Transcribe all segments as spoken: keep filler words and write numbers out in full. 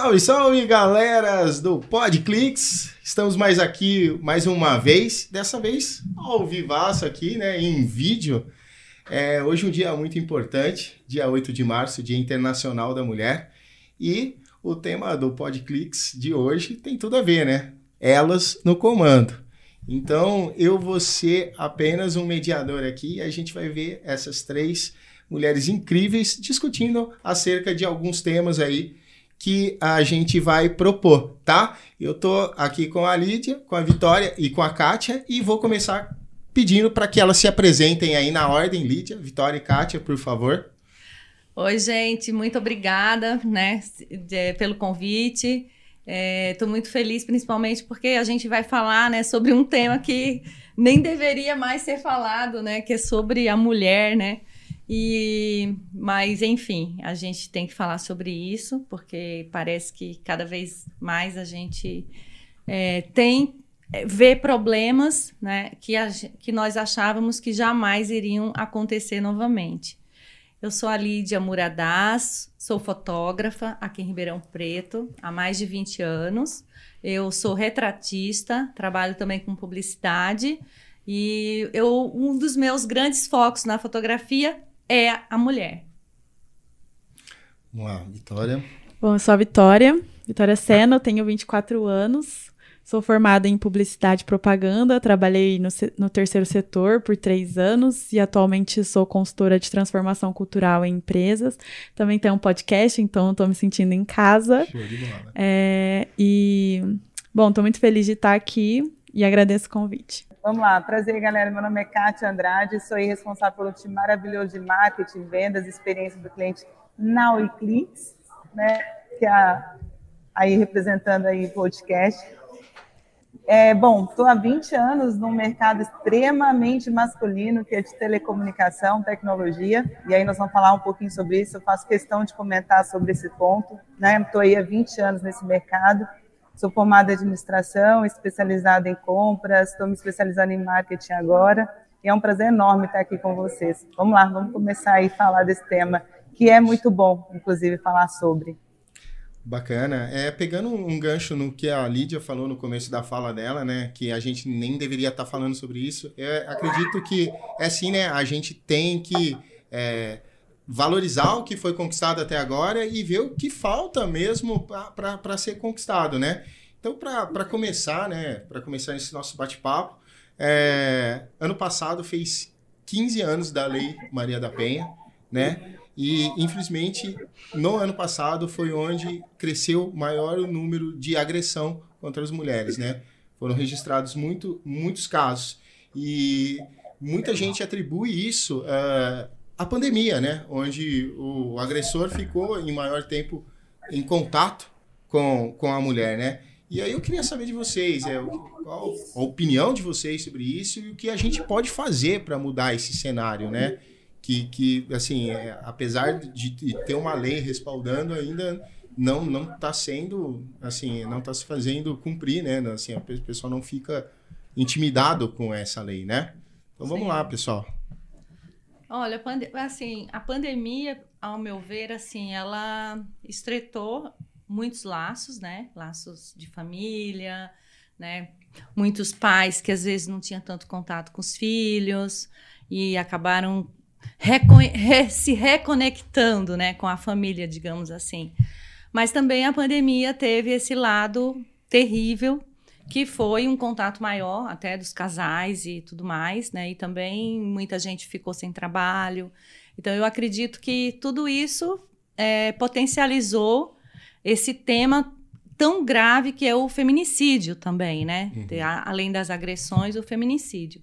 Salve, salve, galeras do PodClix! Estamos mais aqui, mais uma vez, dessa vez ao vivaço aqui, né, em vídeo. É, hoje um dia muito importante, dia oito de março, Dia Internacional da Mulher. E o tema do PodClix de hoje tem tudo a ver, né? Elas no comando. Então, eu vou ser apenas um mediador aqui e a gente vai ver essas três mulheres incríveis discutindo acerca de alguns temas aí que a gente vai propor, tá? Eu tô aqui com a Lídia, com a Vitória e com a Kátia e vou começar pedindo para que elas se apresentem aí na ordem. Lídia, Vitória e Kátia, por favor. Oi, gente, muito obrigada, né, de, pelo convite. Estou é, muito feliz, principalmente porque a gente vai falar, né, sobre um tema que nem deveria mais ser falado, né, que é sobre a mulher, né? E, mas, enfim, a gente tem que falar sobre isso, porque parece que cada vez mais a gente é, tem, é, vê problemas, né, que, a, que nós achávamos que jamais iriam acontecer novamente. Eu sou a Lídia Muradás, sou fotógrafa aqui em Ribeirão Preto há mais de vinte anos. Eu sou retratista, trabalho também com publicidade e eu, um dos meus grandes focos na fotografia é a mulher. Vamos lá, Vitória. Bom, eu sou a Vitória, Vitória Sena, eu tenho vinte e quatro anos, sou formada em publicidade e propaganda, trabalhei no, no terceiro setor por três anos e atualmente sou consultora de transformação cultural em empresas. Também tenho um podcast, então estou me sentindo em casa. Show de bola. É, e, bom, estou muito feliz de estar aqui e agradeço o convite. Vamos lá, prazer, galera. Meu nome é Kátia Andrade, sou responsável pelo time maravilhoso de marketing, vendas e experiência do cliente na WeClix, né? Que é a, aí representando aí o podcast. É, bom, estou há vinte anos num mercado extremamente masculino, que é de telecomunicação, tecnologia, e aí nós vamos falar um pouquinho sobre isso. Eu faço questão de comentar sobre esse ponto, né? Estou aí há vinte anos nesse mercado. Sou formada em administração, especializada em compras, estou me especializando em marketing agora. E é um prazer enorme estar aqui com vocês. Vamos lá, vamos começar aí a falar desse tema, que é muito bom, inclusive, falar sobre. Bacana. É, pegando um gancho no que a Lídia falou no começo da fala dela, né, que a gente nem deveria estar falando sobre isso, eu acredito que é assim, né, a gente tem que é, valorizar o que foi conquistado até agora e ver o que falta mesmo para ser conquistado, né? Então, para começar, né, para começar esse nosso bate-papo, é, ano passado fez quinze anos da Lei Maria da Penha, né? E, infelizmente, no ano passado foi onde cresceu maior o número de agressão contra as mulheres, né? Foram registrados muito, muitos casos. E muita gente atribui isso uh, à pandemia, né? Onde o agressor ficou em maior tempo em contato com, com a mulher, né? E aí eu queria saber de vocês, é, qual a opinião de vocês sobre isso e o que a gente pode fazer para mudar esse cenário, né? Que, que assim, é, apesar de, de ter uma lei respaldando, ainda não não está sendo, assim, não está se fazendo cumprir, né? Assim, a pessoa não fica intimidado com essa lei, né? Então vamos Sim. lá, pessoal. Olha, assim, a pandemia, ao meu ver, assim, ela estreitou muitos laços, né? Laços de família, né? Muitos pais que às vezes não tinham tanto contato com os filhos e acabaram Recon re se reconectando, né, com a família, digamos assim. Mas também a pandemia teve esse lado terrível, que foi um contato maior até dos casais e tudo mais, né? E também muita gente ficou sem trabalho. Então, eu acredito que tudo isso é, potencializou esse tema tão grave que é o feminicídio também, né? Uhum. Além das agressões, o feminicídio.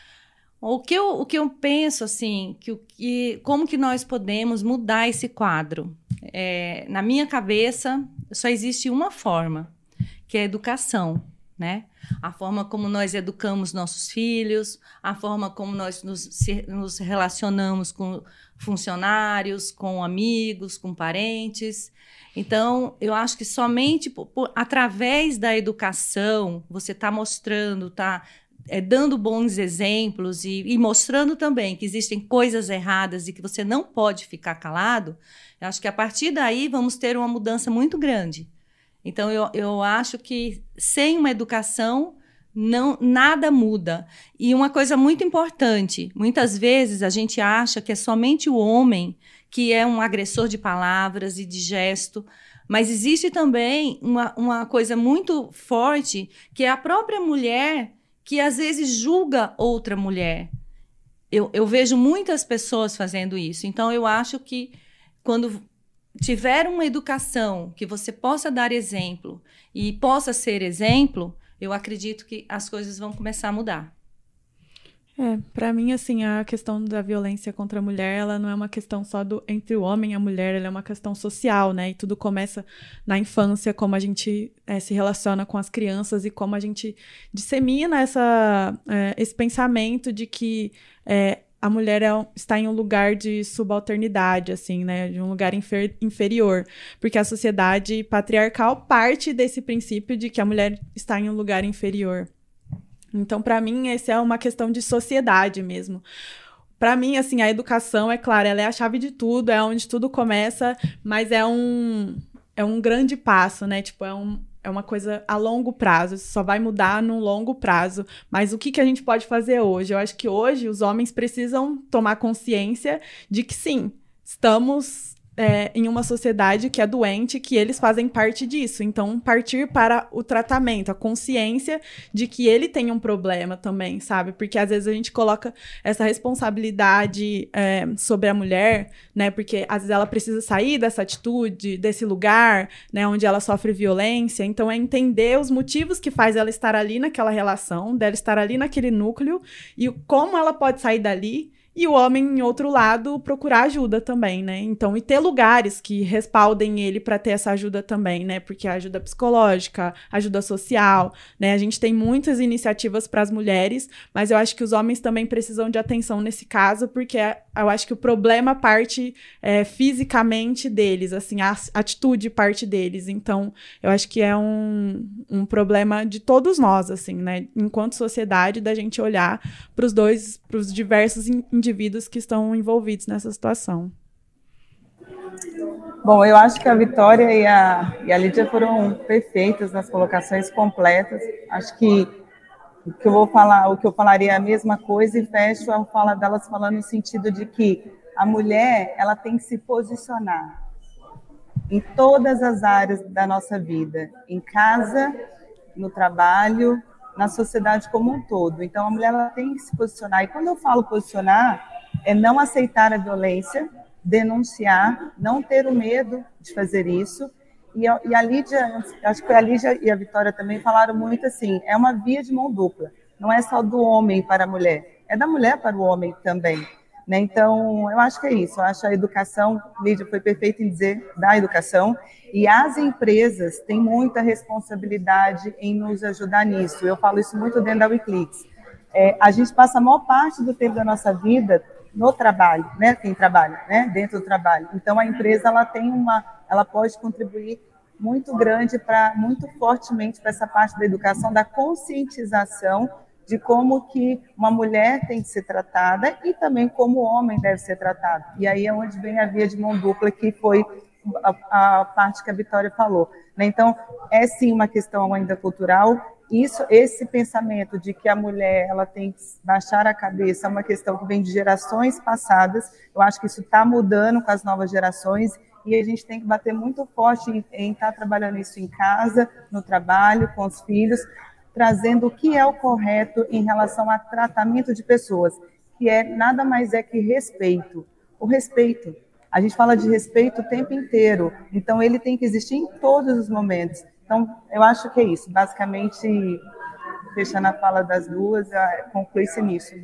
O que eu, o que eu penso, assim, que, que, como que nós podemos mudar esse quadro? É, na minha cabeça, só existe uma forma, que é a educação, né? A forma como nós educamos nossos filhos, a forma como nós nos, se, nos relacionamos com funcionários, com amigos, com parentes. Então, eu acho que somente por, por, através da educação, você está mostrando, está... É, dando bons exemplos e, e mostrando também que existem coisas erradas e que você não pode ficar calado, eu acho que a partir daí vamos ter uma mudança muito grande. Então, eu, eu acho que sem uma educação, não, nada muda. E uma coisa muito importante, muitas vezes a gente acha que é somente o homem que é um agressor de palavras e de gesto, mas existe também uma, uma coisa muito forte, que é a própria mulher que às vezes julga outra mulher. Eu, eu vejo muitas pessoas fazendo isso. Então, eu acho que quando tiver uma educação que você possa dar exemplo e possa ser exemplo, eu acredito que as coisas vão começar a mudar. É, para mim, assim, a questão da violência contra a mulher, ela não é uma questão só do, entre o homem e a mulher, ela é uma questão social, né? E tudo começa na infância, como a gente é, se relaciona com as crianças e como a gente dissemina essa, é, esse pensamento de que é, a mulher é, está em um lugar de subalternidade, assim, né? De um lugar infer, inferior. Porque a sociedade patriarcal parte desse princípio de que a mulher está em um lugar inferior. Então, para mim, essa é uma questão de sociedade mesmo. Para mim, assim, a educação, é claro, ela é a chave de tudo, é onde tudo começa, mas é um, é um grande passo, né? Tipo, é, um, é uma coisa a longo prazo, só vai mudar num longo prazo. Mas o que, que a gente pode fazer hoje? Eu acho que hoje os homens precisam tomar consciência de que, sim, estamos... É, em uma sociedade que é doente, que eles fazem parte disso. Então, partir para o tratamento, a consciência de que ele tem um problema também, sabe? Porque às vezes a gente coloca essa responsabilidade é, sobre a mulher, né? Porque às vezes ela precisa sair dessa atitude, desse lugar, né? Onde ela sofre violência. Então, é entender os motivos que faz ela estar ali naquela relação, dela estar ali naquele núcleo e como ela pode sair dali. E o homem, em outro lado, procurar ajuda também, né? Então, e ter lugares que respaldem ele para ter essa ajuda também, né? Porque a ajuda psicológica, ajuda social, né? A gente tem muitas iniciativas para as mulheres, mas eu acho que os homens também precisam de atenção nesse caso, porque eu acho que o problema parte é, fisicamente deles, assim, a atitude parte deles. Então, eu acho que é um, um problema de todos nós, assim, né? Enquanto sociedade, da gente olhar para os dois, para os diversos indivíduos que estão envolvidos nessa situação. Bom, eu acho que a Vitória e a, e a Lídia foram perfeitas nas colocações completas. Acho que o que eu vou falar, o que eu falaria é a mesma coisa e fecho a fala delas falando no sentido de que a mulher, ela tem que se posicionar em todas as áreas da nossa vida, em casa, no trabalho, na sociedade como um todo. Então, a mulher ela tem que se posicionar. E quando eu falo posicionar, é não aceitar a violência, denunciar, não ter o medo de fazer isso. E a, e a Lídia, acho que a Lídia e a Vitória também falaram muito assim, é uma via de mão dupla. Não é só do homem para a mulher, é da mulher para o homem também. Né? Então, eu acho que é isso. Eu acho a educação, Lídia foi perfeita em dizer, da educação, e as empresas têm muita responsabilidade em nos ajudar nisso. Eu falo isso muito dentro da Wiclix. É, a gente passa a maior parte do tempo da nossa vida no trabalho, né? Quem trabalha, né? Dentro do trabalho. Então, a empresa ela tem uma, ela pode contribuir muito grande para, muito fortemente para essa parte da educação, da conscientização de como que uma mulher tem que ser tratada e também como o homem deve ser tratado. E aí é onde vem a via de mão dupla, que foi a, a parte que a Vitória falou. Né? Então, é sim uma questão ainda cultural. Isso, esse pensamento de que a mulher ela tem que baixar a cabeça é uma questão que vem de gerações passadas. Eu acho que isso está mudando com as novas gerações e a gente tem que bater muito forte em, em estar trabalhando isso em casa, no trabalho, com os filhos, trazendo o que é o correto em relação a tratamento de pessoas, que é nada mais é que respeito. O respeito. A gente fala de respeito o tempo inteiro, então ele tem que existir em todos os momentos. Então, eu acho que é isso. Basicamente, fechando a fala das duas, conclui-se nisso.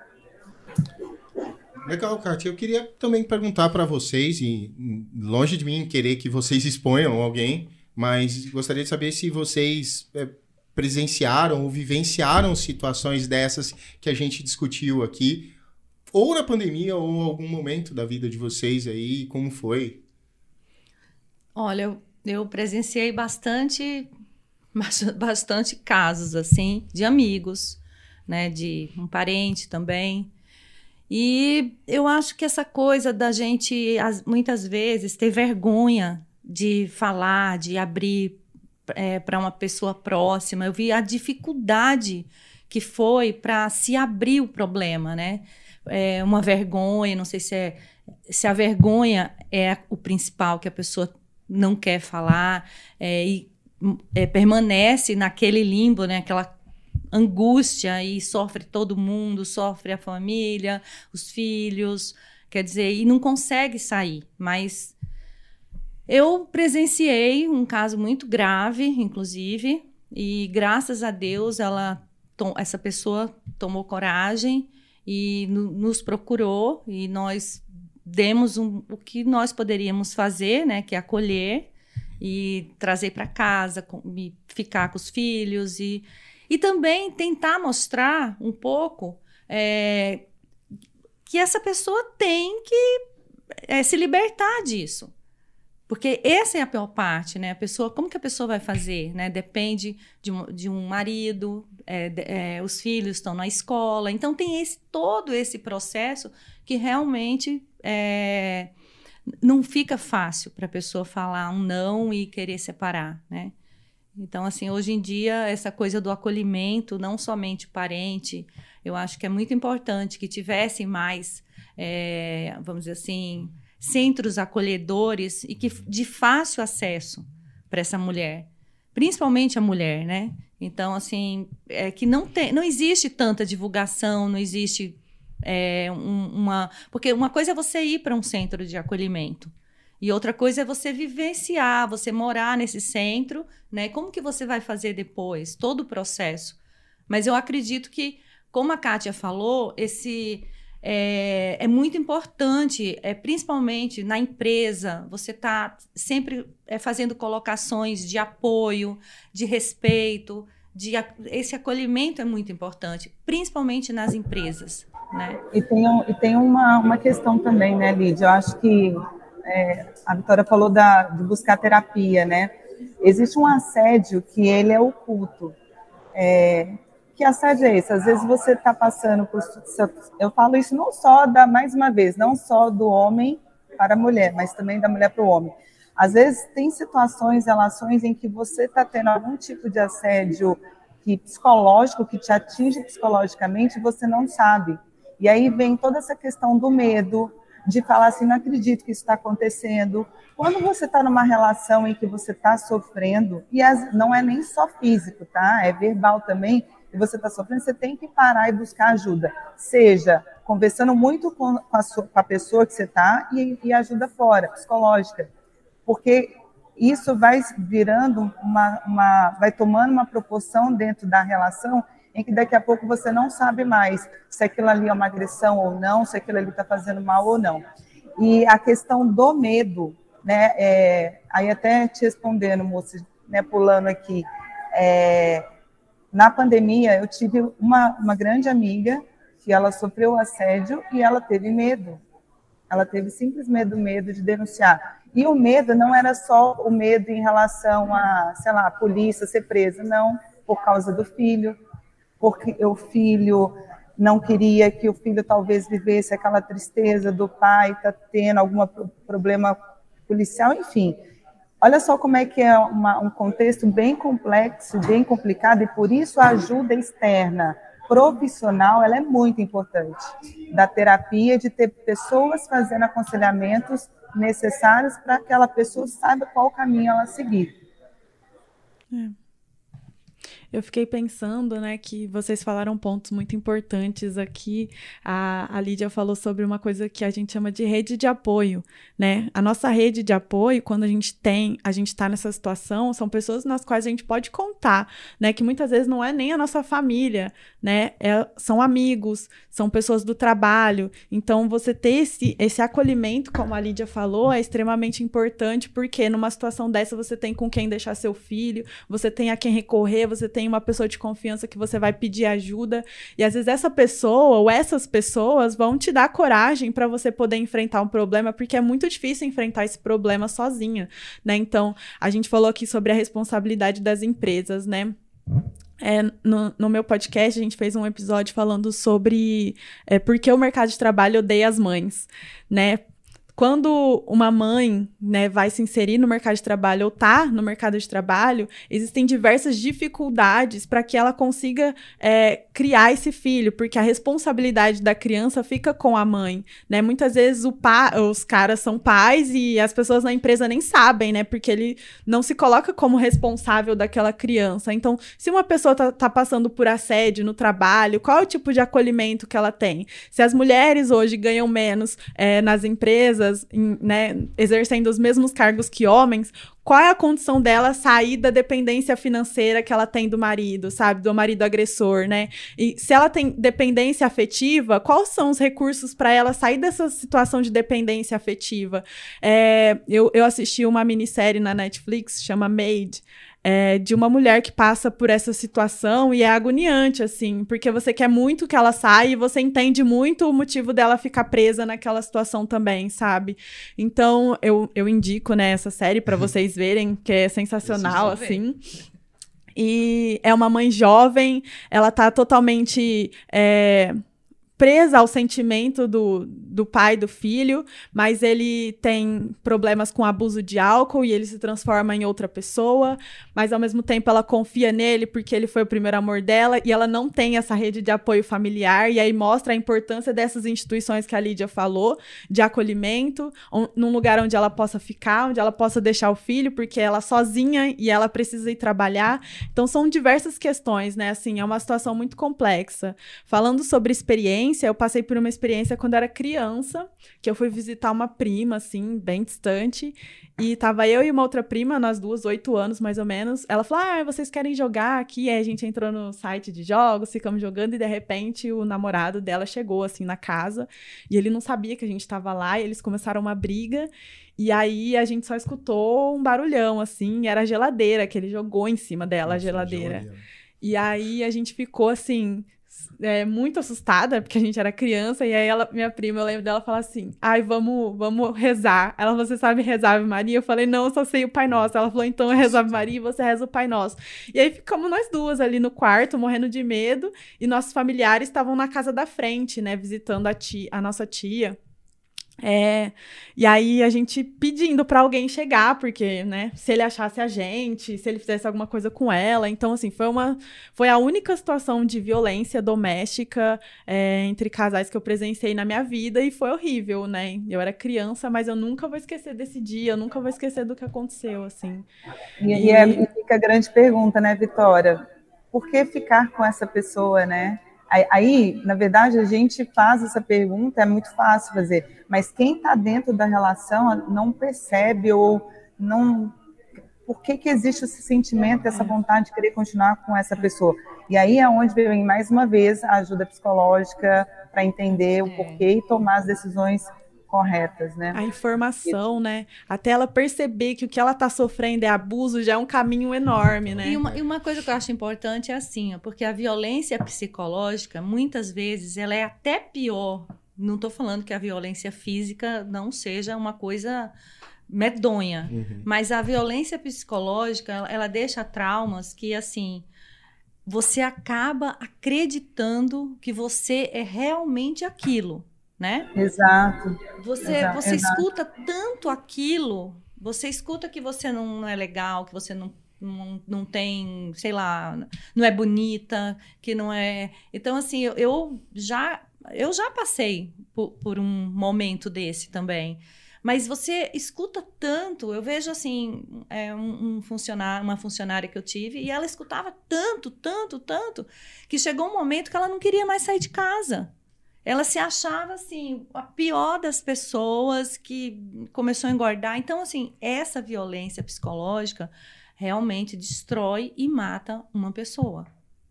Legal, Kátia. Eu queria também perguntar para vocês, e longe de mim querer que vocês exponham alguém, mas gostaria de saber se vocês é, presenciaram ou vivenciaram situações dessas que a gente discutiu aqui, ou na pandemia, ou em algum momento da vida de vocês aí, como foi? Olha, eu, eu presenciei bastante, bastante casos, assim, de amigos, né, de um parente também. E eu acho que essa coisa da gente, muitas vezes, ter vergonha de falar, de abrir é, para uma pessoa próxima, eu vi a dificuldade que foi para se abrir o problema, né? É uma vergonha, não sei se, é, se a vergonha é o principal, que a pessoa não quer falar é, e é, permanece naquele limbo, né? Aquela angústia e sofre todo mundo, sofre a família, os filhos, quer dizer, e não consegue sair. Mas eu presenciei um caso muito grave, inclusive, e graças a Deus ela, essa pessoa tomou coragem e no, nos procurou e nós demos um, o que nós poderíamos fazer, né, que é acolher e trazer para casa, com, e ficar com os filhos e E também tentar mostrar um pouco é, que essa pessoa tem que é, se libertar disso. Porque essa é a pior parte, né? A pessoa, como que a pessoa vai fazer? Né? Depende de um, de um marido, é, de, é, os filhos estão na escola. Então, tem esse, todo esse processo que realmente é, não fica fácil para a pessoa falar um não e querer separar, né? Então, assim, hoje em dia, essa coisa do acolhimento, não somente parente, eu acho que é muito importante que tivessem mais, é, vamos dizer assim, centros acolhedores e que de fácil acesso para essa mulher, principalmente a mulher, né? Então, assim, é que não, tem, não existe tanta divulgação, não existe é, um, uma... Porque uma coisa é você ir para um centro de acolhimento, e outra coisa é você vivenciar, você morar nesse centro, né? Como que você vai fazer depois? Todo o processo. Mas eu acredito que, como a Kátia falou, esse é, é muito importante, é, principalmente na empresa, você está sempre é, fazendo colocações de apoio, de respeito, de, esse acolhimento é muito importante, principalmente nas empresas, né? E tem, um, e tem uma, uma questão também, né, Lídia? Eu acho que É, a Vitória falou da, de buscar terapia, né? Existe um assédio que ele é oculto. É, que assédio é esse? Às vezes você está passando por... Eu falo isso não só, da, mais uma vez, não só do homem para a mulher, mas também da mulher para o homem. Às vezes tem situações, relações em que você está tendo algum tipo de assédio que, psicológico, que te atinge psicologicamente e você não sabe. E aí vem toda essa questão do medo, de falar assim, não acredito que isso está acontecendo. Quando você está numa relação em que você está sofrendo, e as, não é nem só físico, tá? É verbal também, e você está sofrendo, você tem que parar e buscar ajuda. Seja conversando muito com, com, a, sua, com a pessoa que você está e, e ajuda fora, psicológica. Porque isso vai virando uma, uma... vai tomando uma proporção dentro da relação em que daqui a pouco você não sabe mais se aquilo ali é uma agressão ou não, se aquilo ali está fazendo mal ou não. E a questão do medo, né, é, aí até te respondendo, moça, né, pulando aqui, é, na pandemia eu tive uma, uma grande amiga que ela sofreu assédio e ela teve medo. Ela teve simplesmente medo de denunciar. E o medo não era só o medo em relação a, sei lá, a polícia, ser presa, não, por causa do filho, porque o filho não queria que o filho talvez vivesse aquela tristeza do pai, tá tendo algum problema policial, enfim. Olha só como é que é uma, um contexto bem complexo, bem complicado, e por isso a ajuda externa, profissional, ela é muito importante. Da terapia, de ter pessoas fazendo aconselhamentos necessários para que aquela pessoa saiba qual caminho ela seguir. É. Eu fiquei pensando, né, que vocês falaram pontos muito importantes aqui. A, a Lídia falou sobre uma coisa que a gente chama de rede de apoio, né? A nossa rede de apoio, quando a gente tem, a gente está nessa situação, são pessoas nas quais a gente pode contar, né? Que muitas vezes não é nem a nossa família, né? É, são amigos, são pessoas do trabalho. Então, você ter esse, esse acolhimento, como a Lídia falou, é extremamente importante, porque numa situação dessa você tem com quem deixar seu filho, você tem a quem recorrer, você tem uma pessoa de confiança que você vai pedir ajuda, e às vezes essa pessoa ou essas pessoas vão te dar coragem para você poder enfrentar um problema, porque é muito difícil enfrentar esse problema sozinha, né? Então, a gente falou aqui sobre a responsabilidade das empresas, né? É, no, no meu podcast, a gente fez um episódio falando sobre é, por que o mercado de trabalho odeia as mães, né? quando uma mãe, né, vai se inserir no mercado de trabalho ou tá no mercado de trabalho, existem diversas dificuldades para que ela consiga é, criar esse filho, porque a responsabilidade da criança fica com a mãe, né? Muitas vezes o pa- os caras são pais e as pessoas na empresa nem sabem, né? Porque ele não se coloca como responsável daquela criança. Então, se uma pessoa tá, tá passando por assédio no trabalho, qual é o tipo de acolhimento que ela tem? Se as mulheres hoje ganham menos é, nas empresas, em, né, exercendo os mesmos cargos que homens, qual é a condição dela sair da dependência financeira que ela tem do marido, sabe? Do marido agressor, né? E se ela tem dependência afetiva, quais são os recursos para ela sair dessa situação de dependência afetiva? É, eu, eu assisti uma minissérie na Netflix, chama Maid, É, de uma mulher que passa por essa situação e é agoniante, assim, porque você quer muito que ela saia e você entende muito o motivo dela ficar presa naquela situação também, sabe? Então, eu, eu indico, né, essa série para vocês verem, que é sensacional, assim. E é uma mãe jovem, ela tá totalmente... É, presa ao sentimento do, do pai do filho, mas ele tem problemas com abuso de álcool e ele se transforma em outra pessoa, mas ao mesmo tempo ela confia nele porque ele foi o primeiro amor dela e ela não tem essa rede de apoio familiar, e aí mostra a importância dessas instituições que a Lídia falou, de acolhimento, um, num lugar onde ela possa ficar, onde ela possa deixar o filho, porque ela é sozinha e ela precisa ir trabalhar. Então são diversas questões, né? Assim, é uma situação muito complexa. Falando sobre experiência, eu passei por uma experiência quando era criança, que eu fui visitar uma prima, assim, bem distante, e tava eu e uma outra prima, nós duas, oito anos mais ou menos. Ela falou, ah, vocês querem jogar aqui? Aí a gente entrou no site de jogos, ficamos jogando, e de repente o namorado dela chegou, assim, na casa, e ele não sabia que a gente tava lá, e eles começaram uma briga, e aí a gente só escutou um barulhão, assim, e era a geladeira, que ele jogou em cima dela, Nossa, a geladeira. geladeira. E aí a gente ficou, assim... É, muito assustada, porque a gente era criança, e aí ela, minha prima, eu lembro dela falar assim, ai, vamos, vamos rezar. Ela falou, você sabe rezar Ave Maria? Eu falei, não, eu só sei o Pai Nosso. Ela falou, então eu rezo Ave Maria e você reza o Pai Nosso. E aí ficamos nós duas ali no quarto, morrendo de medo, e nossos familiares estavam na casa da frente, né, visitando a, tia, a nossa tia. É, e aí a gente pedindo pra alguém chegar, porque, né, se ele achasse a gente, se ele fizesse alguma coisa com ela. Então, assim, foi uma foi a única situação de violência doméstica é, entre casais que eu presenciei na minha vida, e foi horrível, né? Eu era criança, mas eu nunca vou esquecer desse dia, eu nunca vou esquecer do que aconteceu, assim. E, e... e, é, e fica a grande pergunta, né, Vitória? Por que ficar com essa pessoa, né? Aí, na verdade, a gente faz essa pergunta, é muito fácil fazer, mas quem está dentro da relação não percebe ou não... Por que que existe esse sentimento, essa vontade de querer continuar com essa pessoa? E aí é onde vem, mais uma vez, a ajuda psicológica para entender o porquê e tomar as decisões corretas, né? A informação, né? Até ela perceber que o que ela tá sofrendo é abuso, já é um caminho enorme, né? E uma, e uma coisa que eu acho importante é assim, ó, porque a violência psicológica, muitas vezes, ela é até pior. Não tô falando que a violência física não seja uma coisa medonha, uhum. Mas a violência psicológica, ela, ela deixa traumas que, assim, você acaba acreditando que você é realmente aquilo. Né? Exato. Você, exato, você exato. escuta tanto aquilo, você escuta que você não é legal, que você não, não, não tem, sei lá, não é bonita, que não é... Então, assim, eu, eu, já, eu já passei por, por um momento desse também. Mas você escuta tanto, eu vejo, assim, é, um, um funcionário, uma funcionária que eu tive, e ela escutava tanto, tanto, tanto, que chegou um momento que ela não queria mais sair de casa. Ela se achava, assim, a pior das pessoas, que começou a engordar. Então, assim, essa violência psicológica realmente destrói e mata uma pessoa.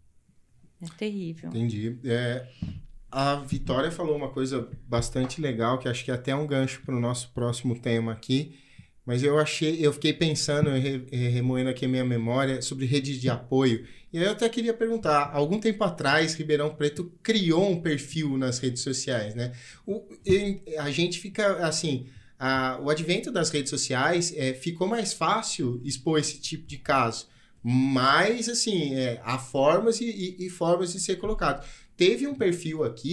É terrível. Entendi. É, a Vitória falou uma coisa bastante legal, que acho que é até um gancho para o nosso próximo tema aqui, mas eu achei, eu fiquei pensando, re, remoendo aqui a minha memória, sobre redes de apoio. E aí eu até queria perguntar, algum tempo atrás, Ribeirão Preto criou um perfil nas redes sociais, né? O, a gente fica, assim, a, o advento das redes sociais é, ficou mais fácil expor esse tipo de caso, mas, assim, é, há formas e, e, e formas de ser colocado. Teve um perfil aqui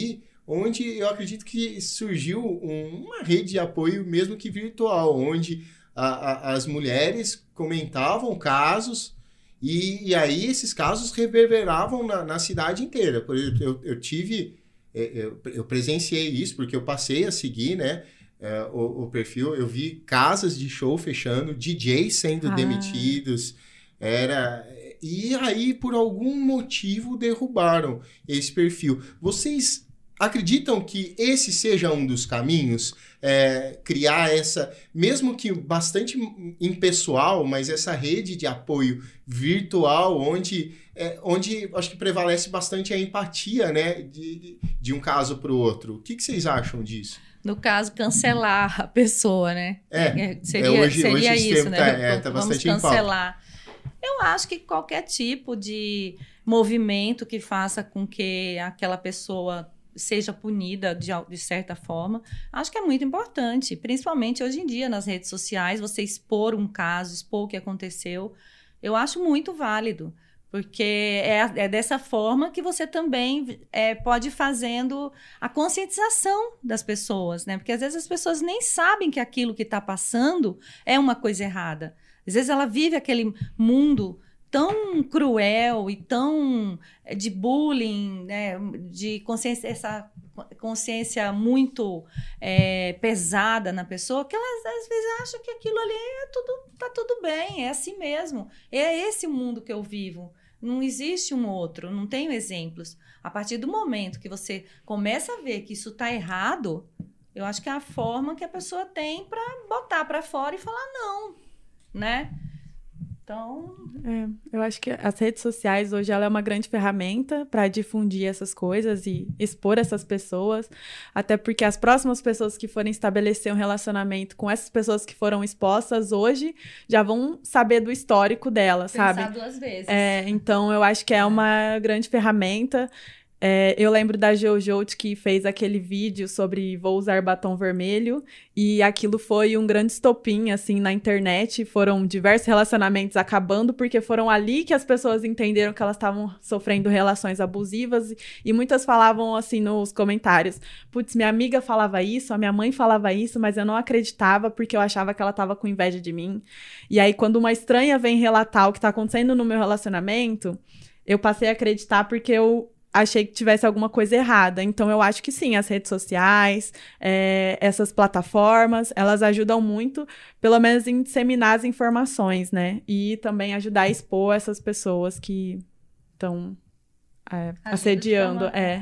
onde eu acredito que surgiu um, uma rede de apoio, mesmo que virtual, onde a, a, as mulheres comentavam casos e, e aí esses casos reverberavam na, na cidade inteira. Por exemplo, eu, eu tive, eu, eu presenciei isso, porque eu passei a seguir, né, é, o, o perfil, eu vi casas de show fechando, D Js sendo ah. demitidos, era... E aí, por algum motivo, derrubaram esse perfil. Vocês acreditam que esse seja um dos caminhos? É, criar essa, mesmo que bastante impessoal, mas essa rede de apoio virtual, onde, é, onde acho que prevalece bastante a empatia, né, de, de um caso para o outro. O que, que vocês acham disso? No caso, cancelar a pessoa, né? É, seria, é hoje, seria hoje isso, né? Tá, é, tá Vamos bastante cancelar. Eu acho que qualquer tipo de movimento que faça com que aquela pessoa seja punida de, de certa forma, acho que é muito importante, principalmente hoje em dia nas redes sociais, você expor um caso, expor o que aconteceu, eu acho muito válido, porque é, é dessa forma que você também é, pode ir fazendo a conscientização das pessoas, né? Porque às vezes as pessoas nem sabem que aquilo que está passando é uma coisa errada. Às vezes ela vive aquele mundo tão cruel e tão de bullying, né, de consciência, essa consciência muito é, pesada na pessoa, que ela às vezes acha que aquilo ali é tudo, tá tudo bem, é assim mesmo. É esse o mundo que eu vivo. Não existe um outro, não tenho exemplos. A partir do momento que você começa a ver que isso está errado, eu acho que é a forma que a pessoa tem para botar para fora e falar não, né? Então... É, eu acho que as redes sociais hoje ela é uma grande ferramenta para difundir essas coisas e expor essas pessoas, até porque as próximas pessoas que forem estabelecer um relacionamento com essas pessoas que foram expostas hoje já vão saber do histórico delas, sabe? Pensar duas vezes. É, então, eu acho que é uma grande ferramenta. É, eu lembro da Jojo que fez aquele vídeo sobre vou usar batom vermelho e aquilo foi um grande estopim, assim, na internet. Foram diversos relacionamentos acabando porque foram ali que as pessoas entenderam que elas estavam sofrendo relações abusivas e, e muitas falavam, assim, nos comentários, putz, minha amiga falava isso, a minha mãe falava isso, mas eu não acreditava porque eu achava que ela estava com inveja de mim. E aí, quando uma estranha vem relatar o que está acontecendo no meu relacionamento, eu passei a acreditar porque eu achei que tivesse alguma coisa errada. Então, eu acho que sim, as redes sociais, é, essas plataformas, elas ajudam muito, pelo menos em disseminar as informações, né? E também ajudar a expor essas pessoas que estão é, assediando. É.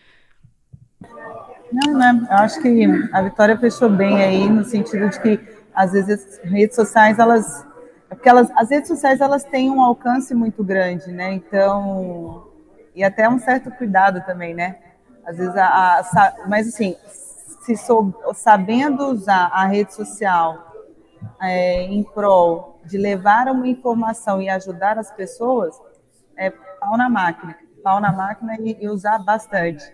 Uhum. Não, né? Eu acho que a Vitória fechou bem aí, no sentido de que, às vezes, as redes sociais, elas... Porque elas, as redes sociais, elas têm um alcance muito grande, né? Então... E até um certo cuidado também, né? Às vezes, a, a, mas assim, se sou, sabendo usar a rede social é, em prol de levar uma informação e ajudar as pessoas, é pau na máquina. Pau na máquina e, e usar bastante.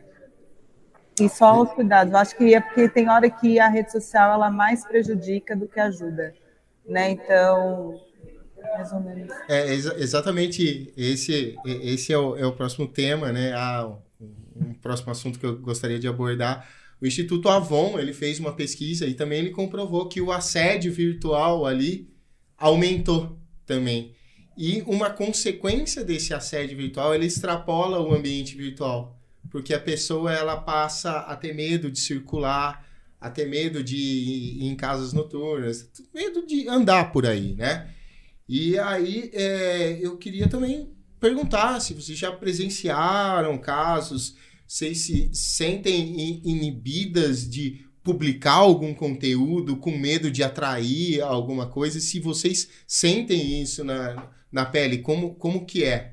E só os cuidados. Eu acho que é porque tem hora que a rede social ela mais prejudica do que ajuda, né? Então... mais ou menos. É exa- exatamente esse, esse é, o, é o próximo tema, né? Ah, um, um próximo assunto que eu gostaria de abordar. O Instituto Avon, ele fez uma pesquisa e também ele comprovou que o assédio virtual ali aumentou também. E uma consequência desse assédio virtual, ele extrapola o ambiente virtual, porque a pessoa ela passa a ter medo de circular, a ter medo de ir em casas noturnas, medo de andar por aí, né? E aí, é, eu queria também perguntar se vocês já presenciaram casos, vocês se sentem inibidas de publicar algum conteúdo com medo de atrair alguma coisa, se vocês sentem isso na, na pele, como, como que é?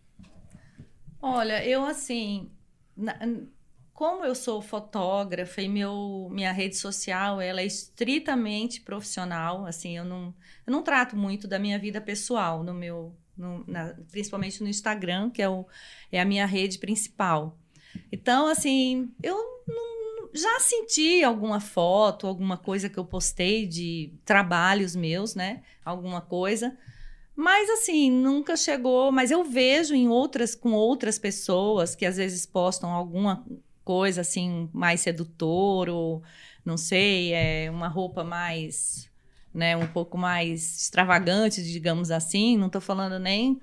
Olha, eu assim... Na, como eu sou fotógrafa e meu, minha rede social ela é estritamente profissional, assim, eu não, eu não trato muito da minha vida pessoal, no meu, no, na, principalmente no Instagram, que é, o, é a minha rede principal. Então, assim, eu não, já senti alguma foto, alguma coisa que eu postei de trabalhos meus, né? Alguma coisa. Mas, assim, nunca chegou... Mas eu vejo em outras, com outras pessoas que às vezes postam alguma coisa, assim, mais sedutor, ou, não sei, é uma roupa mais, né, um pouco mais extravagante, digamos assim. Não tô falando nem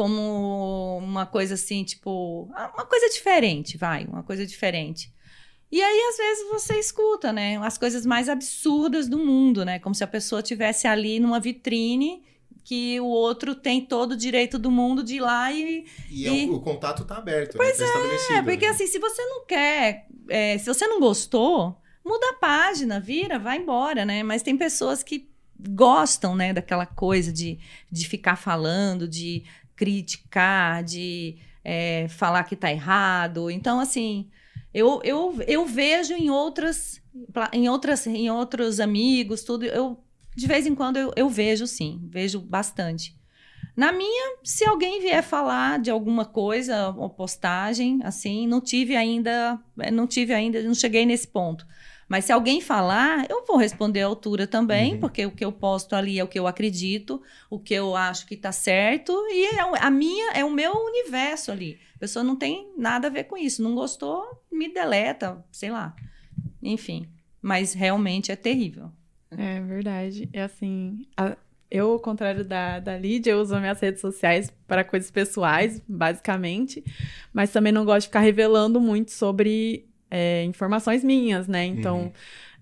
como uma coisa assim, tipo, uma coisa diferente, vai, uma coisa diferente. E aí, às vezes, você escuta, né, as coisas mais absurdas do mundo, né, como se a pessoa estivesse ali numa vitrine que o outro tem todo o direito do mundo de ir lá e... E, e... É, o, o contato tá aberto, pois né? Tá estabelecido. É, porque né? assim, se você não quer, é, se você não gostou, muda a página, vira, vai embora, né? Mas tem pessoas que gostam, né, daquela coisa de, de ficar falando, de criticar, de é, falar que tá errado. Então, assim, eu, eu, eu vejo em outras, em outras, em outros amigos, tudo, eu de vez em quando eu, eu vejo, sim, vejo bastante. Na minha, se alguém vier falar de alguma coisa, uma postagem, assim, não tive ainda, não tive ainda, não cheguei nesse ponto. Mas se alguém falar, eu vou responder à altura também, uhum. porque o que eu posto ali é o que eu acredito, o que eu acho que tá certo, e é a minha, é o meu universo ali. A pessoa não tem nada a ver com isso. Não gostou, me deleta, sei lá. Enfim, mas realmente é terrível. É verdade. É assim, a, eu, ao contrário da, da Lídia, eu uso minhas redes sociais para coisas pessoais, basicamente, mas também não gosto de ficar revelando muito sobre é, informações minhas, né? Então, uhum.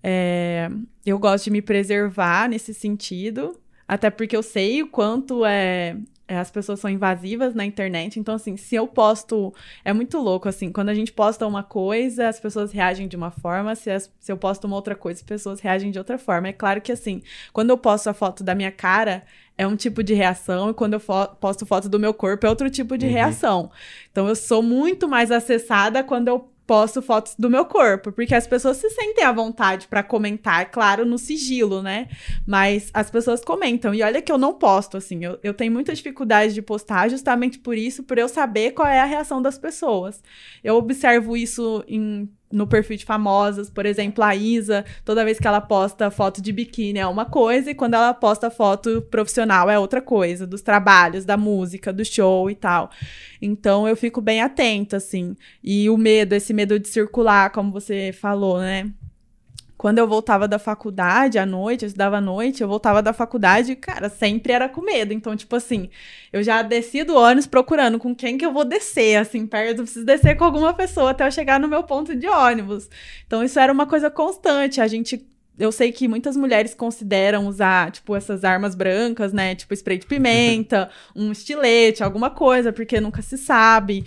é, eu gosto de me preservar nesse sentido, até porque eu sei o quanto é... as pessoas são invasivas na internet, então, assim, se eu posto... É muito louco, assim, quando a gente posta uma coisa, as pessoas reagem de uma forma, se, as, se eu posto uma outra coisa, as pessoas reagem de outra forma. É claro que, assim, quando eu posto a foto da minha cara, é um tipo de reação, e quando eu fo- posto foto do meu corpo, é outro tipo de uhum. reação. Então, eu sou muito mais acessada quando eu posto fotos do meu corpo, porque as pessoas se sentem à vontade pra comentar, claro, no sigilo, né? Mas as pessoas comentam, e olha que eu não posto, assim, eu, eu tenho muita dificuldade de postar justamente por isso, por eu saber qual é a reação das pessoas. Eu observo isso em... no perfil de famosas, por exemplo, a Isa, toda vez que ela posta foto de biquíni é uma coisa, e quando ela posta foto profissional é outra coisa, dos trabalhos, da música, do show e tal. Então, eu fico bem atenta, assim. E o medo, esse medo de circular, como você falou, né? Quando eu voltava da faculdade, à noite, eu estudava à noite, eu voltava da faculdade, cara, sempre era com medo. Então, tipo assim, eu já desci do ônibus procurando com quem que eu vou descer, assim, perto, eu preciso descer com alguma pessoa até eu chegar no meu ponto de ônibus. Então, isso era uma coisa constante. A gente... Eu sei que muitas mulheres consideram usar, tipo, essas armas brancas, né? Tipo, spray de pimenta, um estilete, alguma coisa, porque nunca se sabe.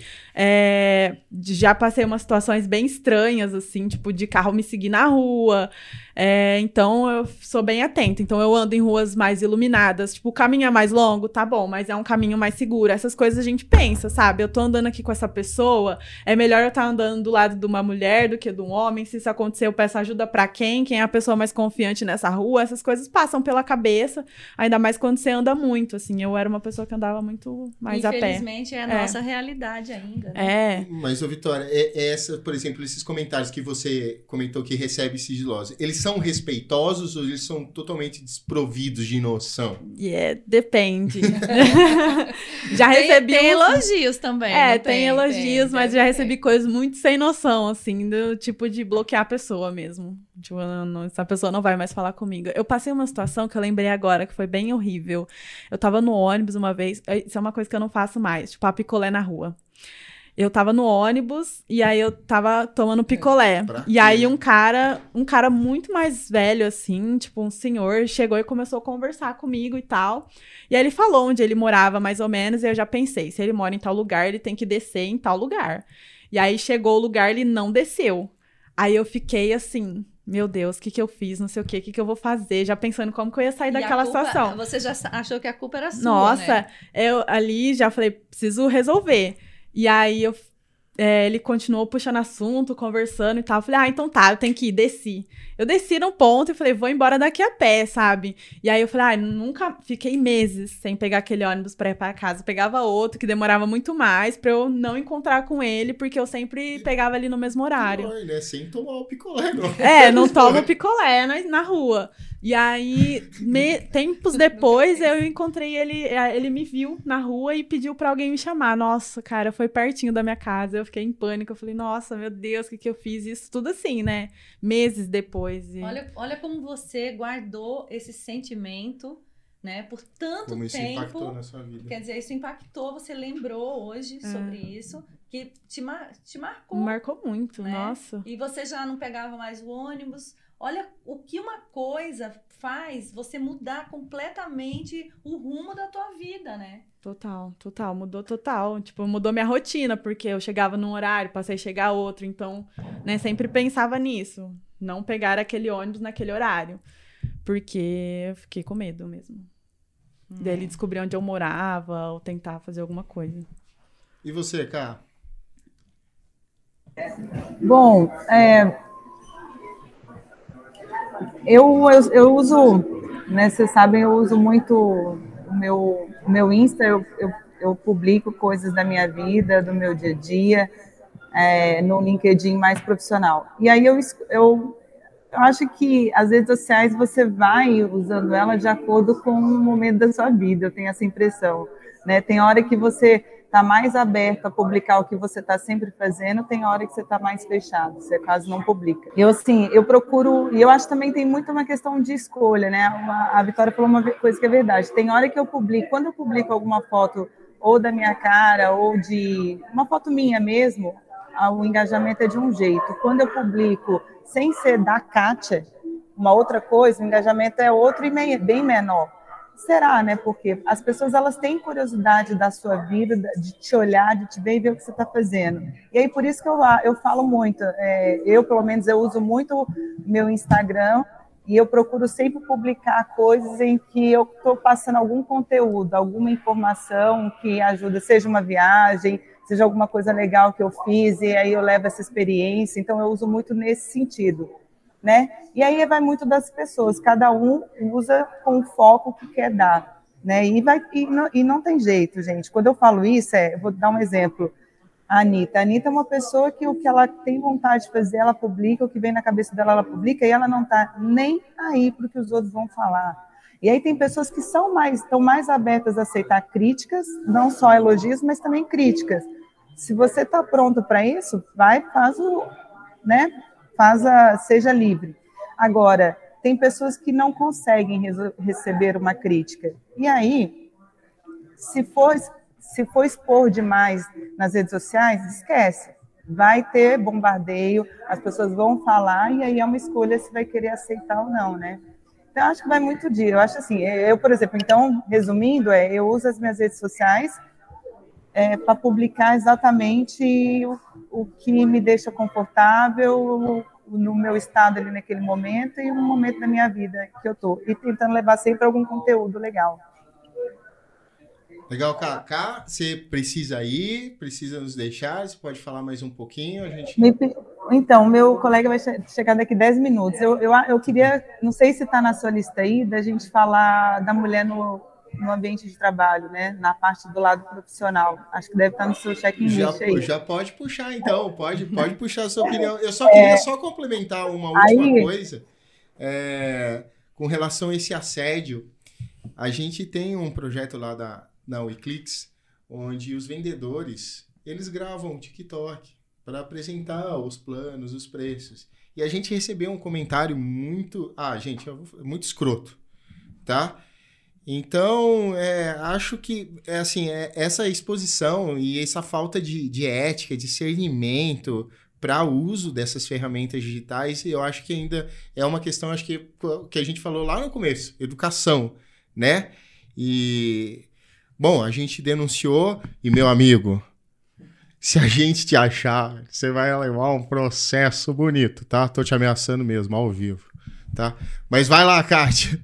É, já passei umas situações bem estranhas, assim, tipo, de carro me seguir na rua. É, então, eu sou bem atenta. Então, eu ando em ruas mais iluminadas. Tipo, o caminho é mais longo, tá bom, mas é um caminho mais seguro. Essas coisas a gente pensa, sabe? Eu tô andando aqui com essa pessoa, é melhor eu estar andando do lado de uma mulher do que de um homem. Se isso acontecer, eu peço ajuda pra quem? Quem é a pessoa mais confiante nessa rua? Essas coisas passam pela cabeça, ainda mais quando você anda muito, assim. Eu era uma pessoa que andava muito mais a pé. Infelizmente, é a é. nossa realidade ainda, né? É. Mas, ô Vitória, é, é essa, por exemplo, esses comentários que você comentou que recebe sigilosos, eles são respeitosos ou eles são totalmente desprovidos de noção? Yeah, depende. Já tem, recebi tem uns... elogios também. É, tem, tem elogios, tem, mas tem, já tem. recebi coisas muito sem noção, assim, do tipo de bloquear a pessoa mesmo. Tipo, não, não, essa pessoa não vai mais falar comigo. Eu passei uma situação que eu lembrei agora, que foi bem horrível. Eu tava no ônibus uma vez, isso é uma coisa que eu não faço mais, tipo, a picolé na rua. Eu tava no ônibus e aí eu tava tomando picolé. Pra e quê? aí um cara, um cara muito mais velho, assim, tipo um senhor, chegou e começou a conversar comigo e tal. E aí ele falou onde ele morava, mais ou menos, e eu já pensei, se ele mora em tal lugar, ele tem que descer em tal lugar. E aí chegou o lugar, ele não desceu. Aí eu fiquei assim... Meu Deus, o que que eu fiz? Não sei o quê, o que que eu vou fazer? Já pensando como que eu ia sair E daquela a culpa, situação. Você já achou que a culpa era sua, Nossa, né? eu ali já falei, preciso resolver. E aí eu, é, ele continuou puxando assunto, conversando e tal. Eu falei, ah, então tá, eu tenho que ir, desci. Eu desci num ponto e falei, vou embora daqui a pé, sabe? E aí eu falei, ah, nunca fiquei meses sem pegar aquele ônibus pra ir pra casa. Eu pegava outro que demorava muito mais pra eu não encontrar com ele, porque eu sempre pegava ali no mesmo horário. Pior, né? Sem tomar o picolé, não. É, não tomo picolé na, na rua. E aí, me, tempos depois, eu encontrei ele, ele me viu na rua e pediu pra alguém me chamar. Nossa, cara, foi pertinho da minha casa, eu fiquei em pânico, eu falei, nossa, meu Deus, o que que eu fiz? Isso tudo assim, né? Meses depois. E... Olha, olha como você guardou esse sentimento, né, por tanto como isso tempo. impactou na sua vida. Quer dizer, isso impactou, você lembrou hoje É. sobre isso, que te, mar, te marcou. Marcou muito, né? Nossa. E você já não pegava mais o ônibus. Olha o que uma coisa faz você mudar completamente o rumo da tua vida, né? Total, total, mudou total. Tipo, mudou minha rotina, porque eu chegava num horário, passei a chegar outro, então, né, sempre pensava nisso. Não pegar aquele ônibus naquele horário. Porque eu fiquei com medo mesmo. Hum. Dele descobrir onde eu morava ou tentar fazer alguma coisa. E você, Ká? Bom, é, eu, eu, eu uso, né, vocês sabem, eu uso muito o meu, o meu Insta, eu, eu, eu publico coisas da minha vida, do meu dia a dia, é, no LinkedIn mais profissional. E aí eu, eu, eu acho que as redes sociais você vai usando ela de acordo com o momento da sua vida, eu tenho essa impressão, né? Tem hora que você está mais aberto a publicar o que você está sempre fazendo, tem hora que você está mais fechado, você quase não publica. Eu, assim, eu procuro, e eu acho que também tem muito uma questão de escolha, né? Uma, a Vitória falou uma coisa que é verdade, tem hora que eu publico, quando eu publico alguma foto ou da minha cara, ou de uma foto minha mesmo, o engajamento é de um jeito. Quando eu publico sem ser da Kátia, uma outra coisa, o engajamento é outro e bem menor. Será, né? Porque as pessoas, elas têm curiosidade da sua vida, de te olhar, de te ver e ver o que você está fazendo. E aí, por isso que eu, eu falo muito. É, eu, pelo menos, eu uso muito meu Instagram e eu procuro sempre publicar coisas em que eu estou passando algum conteúdo, alguma informação que ajuda, seja uma viagem, seja alguma coisa legal que eu fiz, e aí eu levo essa experiência. Então, eu uso muito nesse sentido. Né? E aí vai muito das pessoas, cada um usa com o foco que quer dar, né? E, vai, e, não, e não tem jeito, gente. Quando eu falo isso, é, eu vou dar um exemplo. A Anitta. A Anitta é uma pessoa que o que ela tem vontade de fazer, ela publica, o que vem na cabeça dela, ela publica, e ela não está nem aí para o que os outros vão falar. E aí tem pessoas que são mais, estão mais abertas a aceitar críticas, não só elogios, mas também críticas. Se você está pronto para isso, vai, faz o... né? Faz a, seja livre. Agora, tem pessoas que não conseguem receber uma crítica. E aí, se for, se for expor demais nas redes sociais, esquece. Vai ter bombardeio, as pessoas vão falar, e aí é uma escolha se vai querer aceitar ou não, né? Então, acho que vai muito dia. Eu acho assim, eu, por exemplo, então, resumindo, é, eu uso as minhas redes sociais É, para publicar exatamente o, o que me deixa confortável no meu estado ali naquele momento e no momento da minha vida que eu estou. E tentando levar sempre algum conteúdo legal. Legal, Cacá. Você precisa ir, precisa nos deixar, você pode falar mais um pouquinho? A gente... Me, então, meu colega vai chegar daqui dez minutos. Eu, eu, eu queria, não sei se está na sua lista aí, da gente falar da mulher no... no ambiente de trabalho, né? Na parte do lado profissional. Acho que deve estar no seu checklist aí. Já pode puxar, então. Pode, pode puxar a sua opinião. Eu só queria é, só complementar uma última aí, coisa. É, com relação a esse assédio, a gente tem um projeto lá da, da Wiclix, onde os vendedores, eles gravam um TikTok para apresentar os planos, os preços. E a gente recebeu um comentário muito... Ah, gente, muito escroto, tá? Então, é, acho que é, assim, é, essa exposição e essa falta de, de ética, discernimento para o uso dessas ferramentas digitais, eu acho que ainda é uma questão, acho que, que a gente falou lá no começo, educação, né? E, bom, a gente denunciou e, meu amigo, se a gente te achar, você vai levar um processo bonito, tá? Tô te ameaçando mesmo, ao vivo, tá? Mas vai lá, Kátia.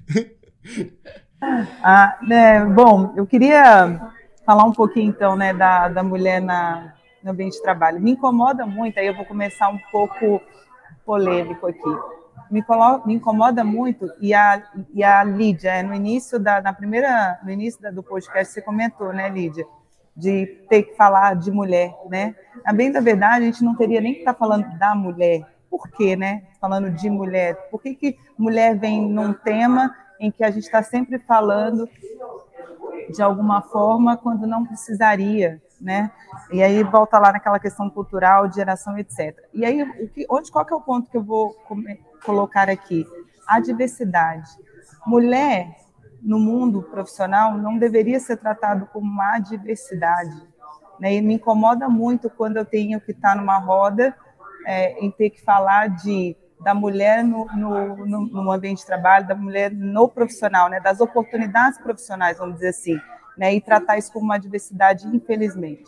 Ah, né, bom, eu queria falar um pouquinho, então, né, da, da mulher na, no ambiente de trabalho. Me incomoda muito, aí eu vou começar um pouco polêmico aqui. Me, colo, me incomoda muito, e a, e a Lídia, no início, da, na primeira, no início da, do podcast, você comentou, né, Lídia, de ter que falar de mulher, né? A bem da verdade, a gente não teria nem que estar falando da mulher, por quê, né? Falando de mulher, por que que mulher vem num tema em que a gente está sempre falando de alguma forma quando não precisaria, né? E aí volta lá naquela questão cultural, de geração, etcétera. E aí, o que, onde, qual que é o ponto que eu vou colocar aqui? A diversidade. Mulher, no mundo profissional, não deveria ser tratado como uma adversidade, né? E me incomoda muito quando eu tenho que estar numa roda é, em ter que falar de da mulher no, no, no, no ambiente de trabalho, da mulher no profissional, né, das oportunidades profissionais, vamos dizer assim, né, e tratar isso como uma diversidade, infelizmente.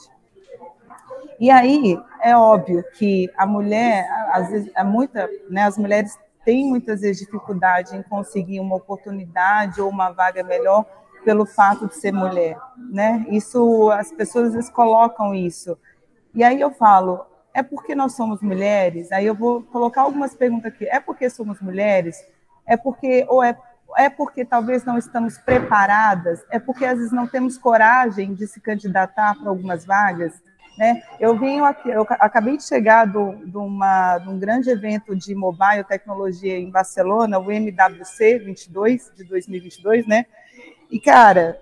E aí, é óbvio que a mulher, às vezes, é muita, né, as mulheres têm muitas vezes dificuldade em conseguir uma oportunidade ou uma vaga melhor pelo fato de ser mulher, né? Isso, as pessoas às vezes colocam isso. E aí eu falo, é porque nós somos mulheres? Aí eu vou colocar algumas perguntas aqui. É porque somos mulheres? É porque, ou é, é porque talvez não estamos preparadas? É porque às vezes não temos coragem de se candidatar para algumas vagas? Né? Eu vim aqui, eu acabei de chegar do, de, uma, de um grande evento de mobile tecnologia em Barcelona, o M W C vinte e dois, de dois mil e vinte e dois, né? E, cara,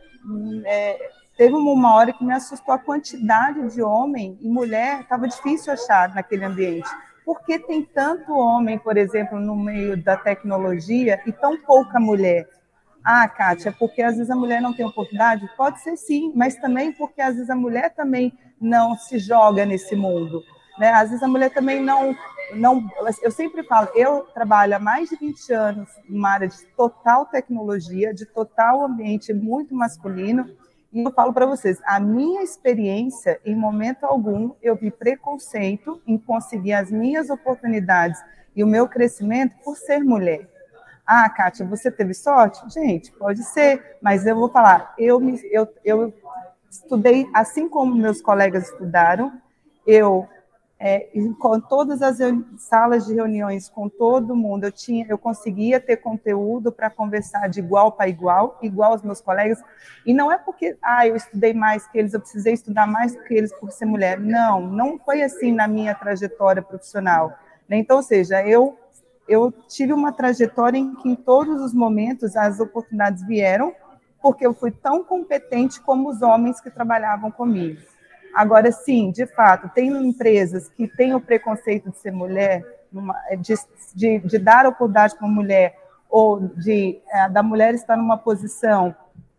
é, teve uma hora que me assustou a quantidade de homem e mulher, estava difícil achar naquele ambiente. Por que tem tanto homem, por exemplo, no meio da tecnologia e tão pouca mulher? Ah, Kátia, é porque às vezes a mulher não tem oportunidade? Pode ser sim, mas também porque às vezes a mulher também não se joga nesse mundo, né? Às vezes a mulher também não... não eu sempre falo, eu trabalho há mais de vinte anos numa área de total tecnologia, de total ambiente muito masculino, e eu falo para vocês, a minha experiência, em momento algum, eu vi preconceito em conseguir as minhas oportunidades e o meu crescimento por ser mulher. Ah, Kátia, você teve sorte? Gente, pode ser, mas eu vou falar, eu, me, eu, eu estudei assim como meus colegas estudaram, eu, é, com todas as salas de reuniões, com todo mundo, eu, tinha, eu conseguia ter conteúdo para conversar de igual para igual, igual aos meus colegas, e não é porque ah, eu estudei mais que eles, eu precisei estudar mais que eles por ser mulher, não, não foi assim na minha trajetória profissional, né? Então, ou seja, eu eu tive uma trajetória em que em todos os momentos as oportunidades vieram, porque eu fui tão competente como os homens que trabalhavam comigo. Agora, sim, de fato, tem empresas que têm o preconceito de ser mulher, de, de, de dar oportunidade para uma mulher, ou de é, da mulher estar numa posição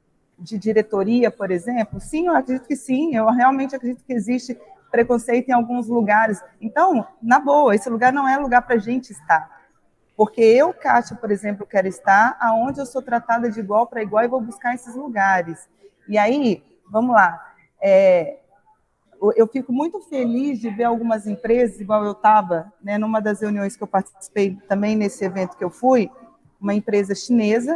de diretoria, por exemplo. Sim, eu acredito que sim, eu realmente acredito que existe preconceito em alguns lugares. Então, na boa, esse lugar não é lugar para a gente estar. Porque eu, Kátia, por exemplo, quero estar aonde eu sou tratada de igual para igual e vou buscar esses lugares. E aí, vamos lá, é, eu fico muito feliz de ver algumas empresas, igual eu estava, né, numa das reuniões que eu participei também nesse evento que eu fui, uma empresa chinesa,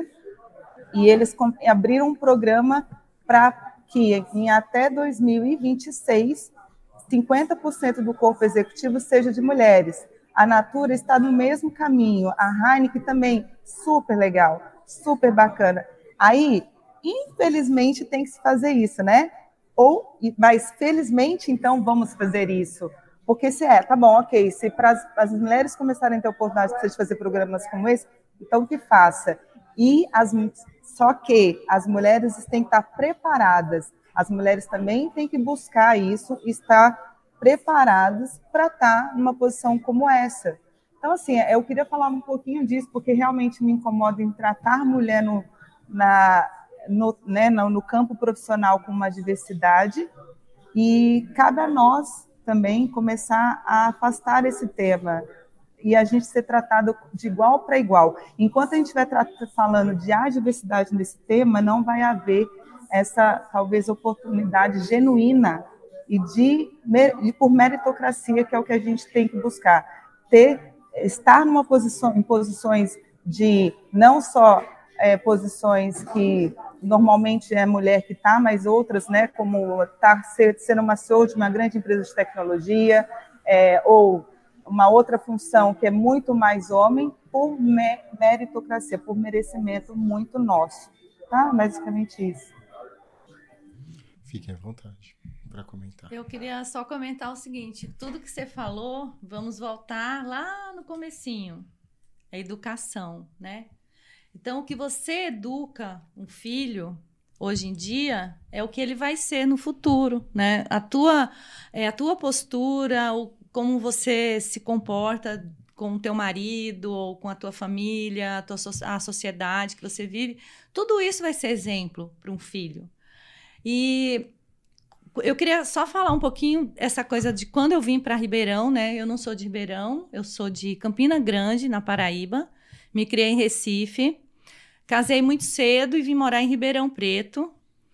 e eles abriram um programa para que em até dois mil e vinte e seis, cinquenta por cento do corpo executivo seja de mulheres. A Natura está no mesmo caminho, a Heineken também, super legal, super bacana. Aí, infelizmente, tem que se fazer isso, né? Ou, mas felizmente, então, vamos fazer isso. Porque se é, tá bom, ok, se para as mulheres começarem a ter oportunidade de fazer programas como esse, então que faça. E as, só que as mulheres têm que estar preparadas, as mulheres também têm que buscar isso, estar preparados para estar numa posição como essa. Então, assim, eu queria falar um pouquinho disso, porque realmente me incomoda em tratar mulher no, na, no, né, no, no campo profissional com uma diversidade, e cabe a nós também começar a afastar esse tema e a gente ser tratado de igual para igual. Enquanto a gente estiver falando de adversidade nesse tema, não vai haver essa, talvez, oportunidade genuína e de, de por meritocracia, que é o que a gente tem que buscar. Ter, estar numa posição, em posições de, não só é, posições que normalmente é mulher que está, mas outras, né, como estar tá, sendo uma C E O de uma grande empresa de tecnologia, é, ou uma outra função que é muito mais homem, por meritocracia, por merecimento muito nosso. Tá? Basicamente isso. Fiquem à vontade. para comentar. Eu queria só comentar o seguinte, tudo que você falou, vamos voltar lá no comecinho, a educação, né? Então, o que você educa um filho hoje em dia é o que ele vai ser no futuro, né? A tua, é, a tua postura, o, como você se comporta com o teu marido ou com a tua família, a, tua, a sociedade que você vive, tudo isso vai ser exemplo para um filho. E eu queria só falar um pouquinho essa coisa de quando eu vim para Ribeirão, né? Eu não sou de Ribeirão, eu sou de Campina Grande, na Paraíba. Me criei em Recife. Casei muito cedo e vim morar em Ribeirão Preto.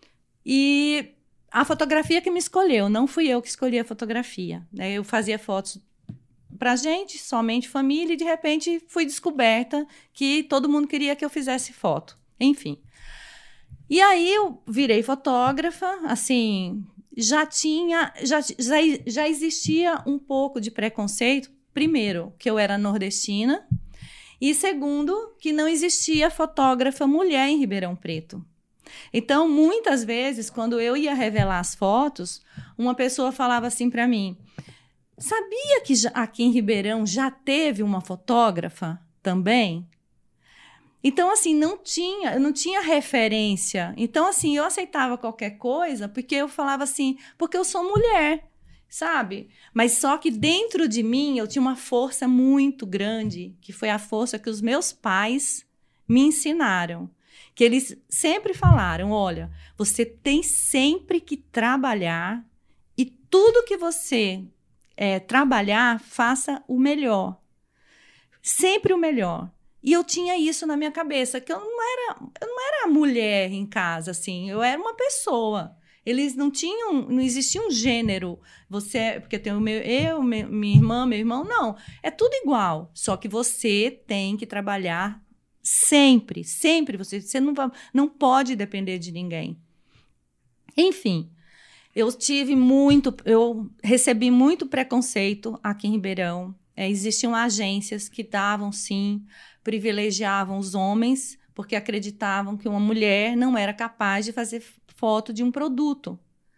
E a fotografia que me escolheu, não fui eu que escolhi a fotografia, né? Eu fazia fotos pra gente, somente família, e de repente fui descoberta que todo mundo queria que eu fizesse foto. Enfim. E aí eu virei fotógrafa, assim, já tinha, já, já, já existia um pouco de preconceito. Primeiro, que eu era nordestina, e segundo, que não existia fotógrafa mulher em Ribeirão Preto. Então, muitas vezes, quando eu ia revelar as fotos, uma pessoa falava assim para mim, sabia que já, aqui em Ribeirão já teve uma fotógrafa também? Então, assim, não tinha, não tinha referência. Então, assim, eu aceitava qualquer coisa porque eu falava assim, porque eu sou mulher, sabe? Mas só que dentro de mim eu tinha uma força muito grande, que foi a força que os meus pais me ensinaram. Que eles sempre falaram, olha, você tem sempre que trabalhar e tudo que você é, trabalhar, faça o melhor. Sempre o melhor. E eu tinha isso na minha cabeça, que eu não era, eu não era mulher em casa, assim, eu era uma pessoa. Eles não tinham, não existia um gênero, você, porque tem o meu, eu, meu, minha irmã, meu irmão, não. É tudo igual, só que você tem que trabalhar sempre, sempre. Você, você não, vai, não pode depender de ninguém. Enfim, eu tive muito, eu recebi muito preconceito aqui em Ribeirão. É, existiam agências que davam, sim, privilegiavam os homens, porque acreditavam que uma mulher não era capaz de fazer foto de um produto.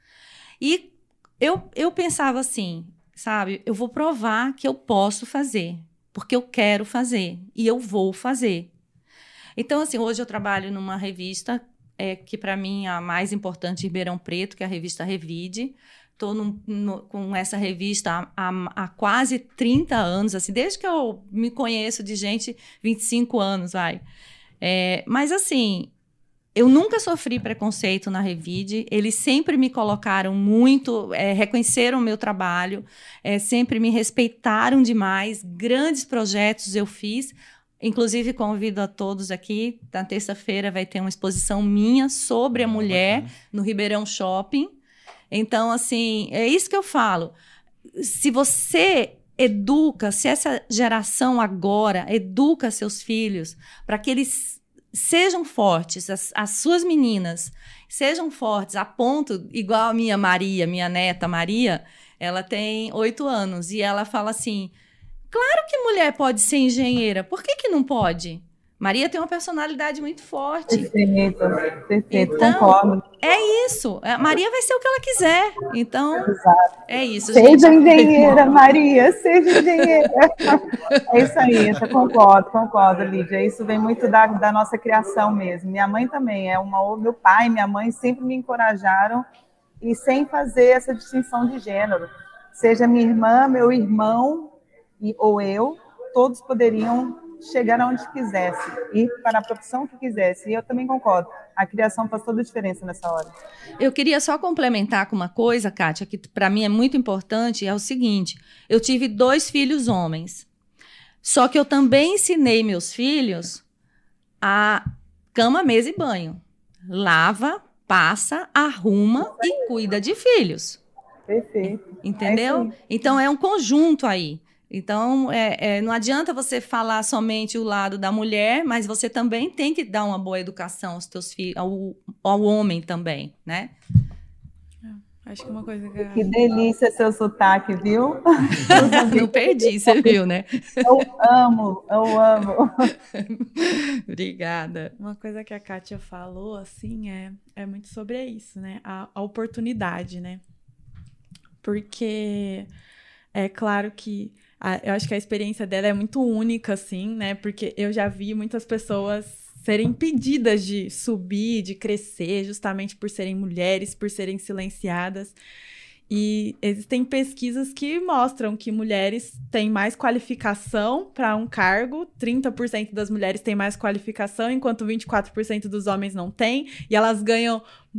E eu, eu pensava assim, sabe, eu vou provar que eu posso fazer, porque eu quero fazer, e eu vou fazer. Então, assim, hoje eu trabalho numa revista é, que, para mim, é a mais importante de Ribeirão Preto, que é a revista Revide. Estou com essa revista há, há, há quase trinta anos, assim, desde que eu me conheço de gente, vinte e cinco anos, vai. É, mas, assim, eu nunca sofri preconceito na Revide, eles sempre me colocaram muito, é, reconheceram o meu trabalho, é, sempre me respeitaram demais, grandes projetos eu fiz. Inclusive, convido a todos aqui, na terça-feira vai ter uma exposição minha sobre a mulher no Ribeirão Shopping. Então, assim, é isso que eu falo. Se você educa, se essa geração agora educa seus filhos para que eles sejam fortes, as, as suas meninas sejam fortes, a ponto, igual a minha Maria, minha neta Maria, ela tem oito anos e ela fala assim, claro que mulher pode ser engenheira, por que que não pode? Maria tem uma personalidade muito forte. Perfeito, perfeito, então, concordo. É isso. A Maria vai ser o que ela quiser. Então, exato. É isso, seja gente. engenheira, Maria, seja engenheira. É isso aí, eu concordo, concordo, Lídia. Isso vem muito da, da nossa criação mesmo. Minha mãe também é uma... Meu pai e minha mãe sempre me encorajaram e sem fazer essa distinção de gênero. Seja minha irmã, meu irmão e, ou eu, todos poderiam chegar aonde quisesse, ir para a profissão que quisesse. E eu também concordo. A criação faz toda a diferença nessa hora. Eu queria só complementar com uma coisa, Kátia, que para mim é muito importante, é o seguinte, eu tive dois filhos homens, só que eu também ensinei meus filhos a cama, mesa e banho. Lava, passa, arruma e cuida de filhos. Perfeito. Entendeu? É então é um conjunto aí. Então, é, é, não adianta você falar somente o lado da mulher, mas você também tem que dar uma boa educação aos teus filhos, ao, ao homem também, né? É, acho que uma coisa que... Que delícia seu sotaque, viu? Não perdi, você viu, né? Eu amo, eu amo. Obrigada. Uma coisa que a Kátia falou, assim, é, é muito sobre isso, né? A, a oportunidade, né? porque é claro que a, eu acho que a experiência dela é muito única, assim, né? Porque eu já vi muitas pessoas serem impedidas de subir, de crescer, justamente por serem mulheres, por serem silenciadas. E existem pesquisas que mostram que mulheres têm mais qualificação para um cargo, trinta por cento das mulheres têm mais qualificação, enquanto vinte e quatro por cento dos homens não têm, e elas ganham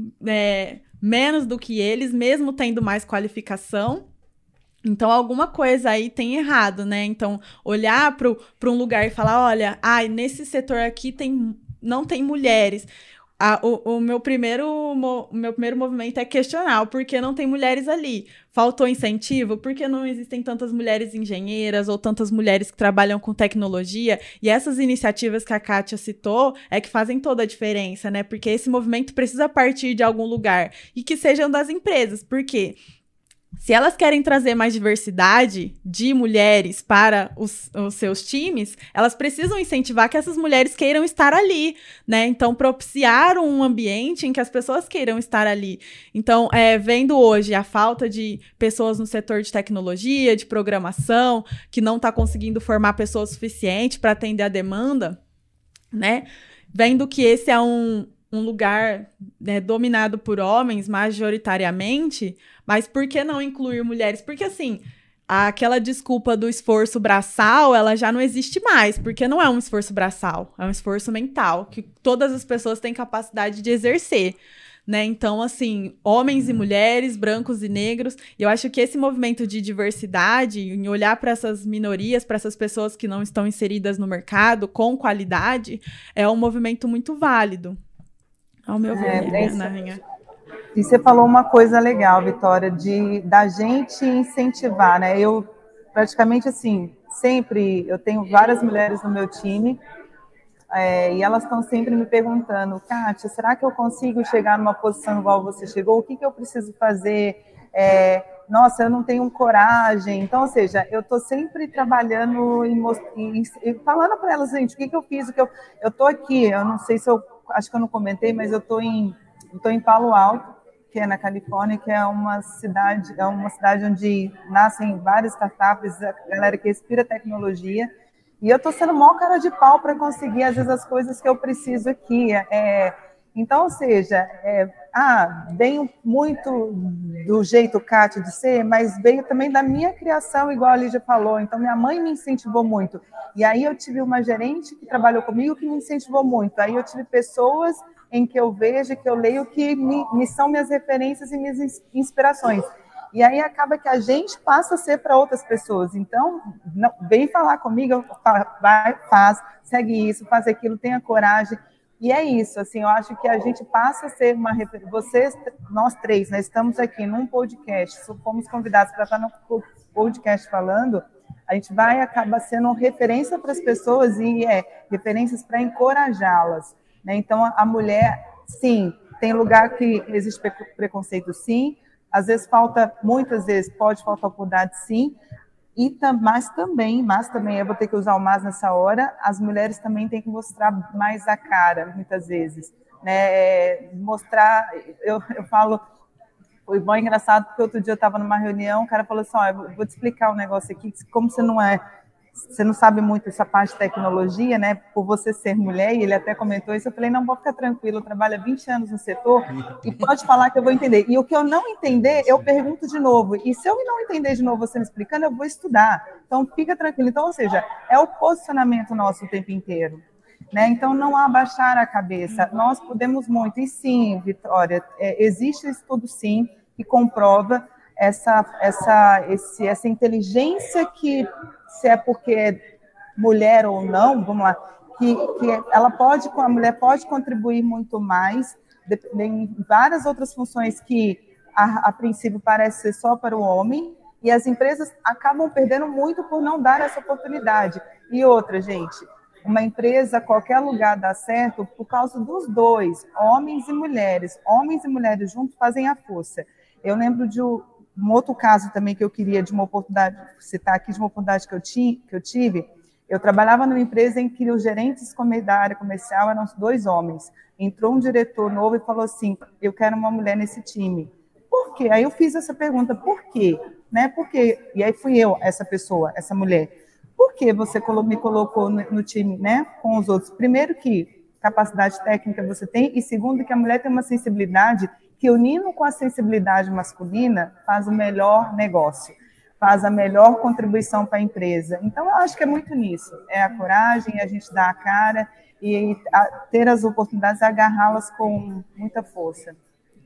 é, menos do que eles, mesmo tendo mais qualificação. Então, alguma coisa aí tem errado, né? Então, olhar para um lugar e falar, olha, ah, nesse setor aqui tem, não tem mulheres. Ah, o, o, meu primeiro, o meu primeiro movimento é questionar o porquê não tem mulheres ali. Faltou incentivo? Por que não existem tantas mulheres engenheiras ou tantas mulheres que trabalham com tecnologia? E essas iniciativas que a Kátia citou é que fazem toda a diferença, né? Porque esse movimento precisa partir de algum lugar e que sejam das empresas. Por quê? Se elas querem trazer mais diversidade de mulheres para os, os seus times, elas precisam incentivar que essas mulheres queiram estar ali, né? Então, propiciar um ambiente em que as pessoas queiram estar ali. Então, é, vendo hoje a falta de pessoas no setor de tecnologia, de programação, que não está conseguindo formar pessoas suficientes para atender a demanda, né? Vendo que esse é um... um lugar, né, dominado por homens, majoritariamente, mas por que não incluir mulheres? Porque, assim, aquela desculpa do esforço braçal, ela já não existe mais, porque não é um esforço braçal, é um esforço mental, que todas as pessoas têm capacidade de exercer, né? Então, assim, homens e mulheres, brancos e negros, e eu acho que esse movimento de diversidade, em olhar para essas minorias, para essas pessoas que não estão inseridas no mercado com qualidade, é um movimento muito válido. Ao meu ver, é, né, Narinha? E você falou uma coisa legal, Vitória, de da gente incentivar, né? Eu praticamente assim, sempre eu tenho várias mulheres no meu time, é, e elas estão sempre me perguntando, Kátia, será que eu consigo chegar numa posição igual você chegou? O que, que eu preciso fazer? É, nossa, eu não tenho coragem. Então, ou seja, eu estou sempre trabalhando em, em, em falando para elas, gente, o que, que eu fiz? O que eu estou aqui, eu não sei se eu acho que eu não comentei, mas eu estou em, estou em Palo Alto, que é na Califórnia, que é uma cidade, é uma cidade onde nascem várias startups, a galera que respira tecnologia, e eu estou sendo maior cara de pau para conseguir, às vezes, as coisas que eu preciso aqui. É, então, ou seja, é, ah, veio muito do jeito Kátia de ser, mas veio também da minha criação, igual a Lígia falou. Então, minha mãe me incentivou muito. E aí eu tive uma gerente que trabalhou comigo que me incentivou muito. Aí eu tive pessoas em que eu vejo, que eu leio, que me, me são minhas referências e minhas inspirações. E aí acaba que a gente passa a ser para outras pessoas. Então, não, vem falar comigo, vai, faz, segue isso, faz aquilo, tenha coragem. E é isso, assim, eu acho que a gente passa a ser uma referência. Vocês, nós três, nós estamos aqui num podcast, fomos convidados para estar no podcast falando, a gente vai acabar sendo referência para as pessoas e é referências para encorajá-las, né? Então, a mulher, sim, tem lugar que existe preconceito, sim, às vezes falta, muitas vezes pode faltar oportunidade, sim, e, mas também, mas também, eu vou ter que usar o mas nessa hora, as mulheres também têm que mostrar mais a cara, muitas vezes, né? Mostrar, eu, eu falo, foi bom engraçado, porque outro dia eu estava numa reunião, o cara falou assim, ó, eu vou te explicar um negócio aqui, como você não é, você não sabe muito essa parte de tecnologia, né, por você ser mulher, e ele até comentou isso, eu falei, não, pode ficar tranquilo, eu trabalho há vinte anos no setor, e pode falar que eu vou entender, e o que eu não entender, eu pergunto de novo, e se eu não entender de novo você me explicando, eu vou estudar, então fica tranquilo, então, ou seja, é o posicionamento nosso o tempo inteiro, né, então não abaixar a cabeça, nós podemos muito, e sim, Vitória, é, existe estudo sim, que comprova essa, essa, esse, essa inteligência que, se é porque é mulher ou não, vamos lá, que, que ela pode, a mulher pode contribuir muito mais em várias outras funções que a, a princípio parece ser só para o homem, e as empresas acabam perdendo muito por não dar essa oportunidade. E outra, gente, uma empresa, qualquer lugar dá certo por causa dos dois, homens e mulheres. Homens e mulheres juntos fazem a força. Eu lembro de um, um outro caso também que eu queria de uma oportunidade, citar aqui, de uma oportunidade que eu, ti, que eu tive. Eu trabalhava numa empresa em que os gerentes da área comercial eram dois homens. Entrou um diretor novo e falou assim, eu quero uma mulher nesse time. por quê? Aí eu fiz essa pergunta, por quê? Né? Por quê? E aí fui eu, essa pessoa, essa mulher. Por que você me colocou no, no time, né, com os outros? Primeiro que capacidade técnica você tem, e segundo que a mulher tem uma sensibilidade que, unindo com a sensibilidade masculina, faz o melhor negócio, faz a melhor contribuição para a empresa. Então, eu acho que é muito nisso. É a coragem, a gente dar a cara e a, ter as oportunidades e agarrá-las com muita força.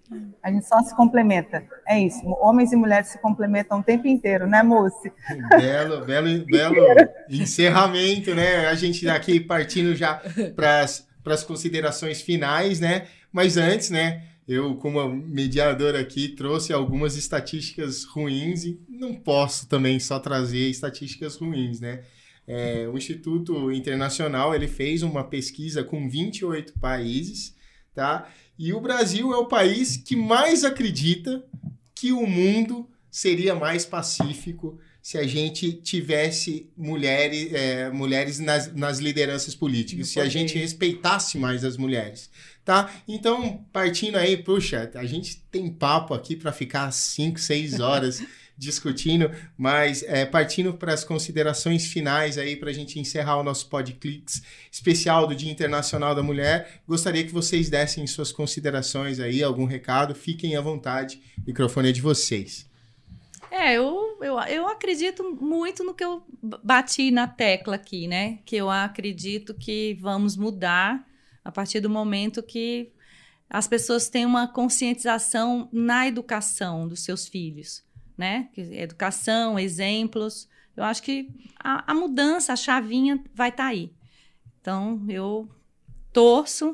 A gente só se complementa. É isso. Homens e mulheres se complementam o tempo inteiro, né, Moci? Belo, belo, belo encerramento, né? A gente aqui partindo já para as considerações finais, né? Mas antes, né? Eu, como mediador aqui, trouxe algumas estatísticas ruins e não posso também só trazer estatísticas ruins, né? É, o Instituto Internacional, ele fez uma pesquisa com vinte e oito países, tá? E o Brasil é o país que mais acredita que o mundo seria mais pacífico se a gente tivesse mulheres, é, mulheres nas, nas lideranças políticas, se a gente respeitasse mais as mulheres, tá? Então, partindo aí, puxa, a gente tem papo aqui para ficar cinco, seis horas discutindo, mas é, partindo para as considerações finais aí para a gente encerrar o nosso Podclix especial do Dia Internacional da Mulher, gostaria que vocês dessem suas considerações aí, algum recado, fiquem à vontade, o microfone é de vocês. É, eu, eu, eu acredito muito no que eu bati na tecla aqui, né? Que eu acredito que vamos mudar a partir do momento que as pessoas têm uma conscientização na educação dos seus filhos, né? Educação, exemplos. Eu acho que a, a mudança, a chavinha vai estar aí. Então, eu torço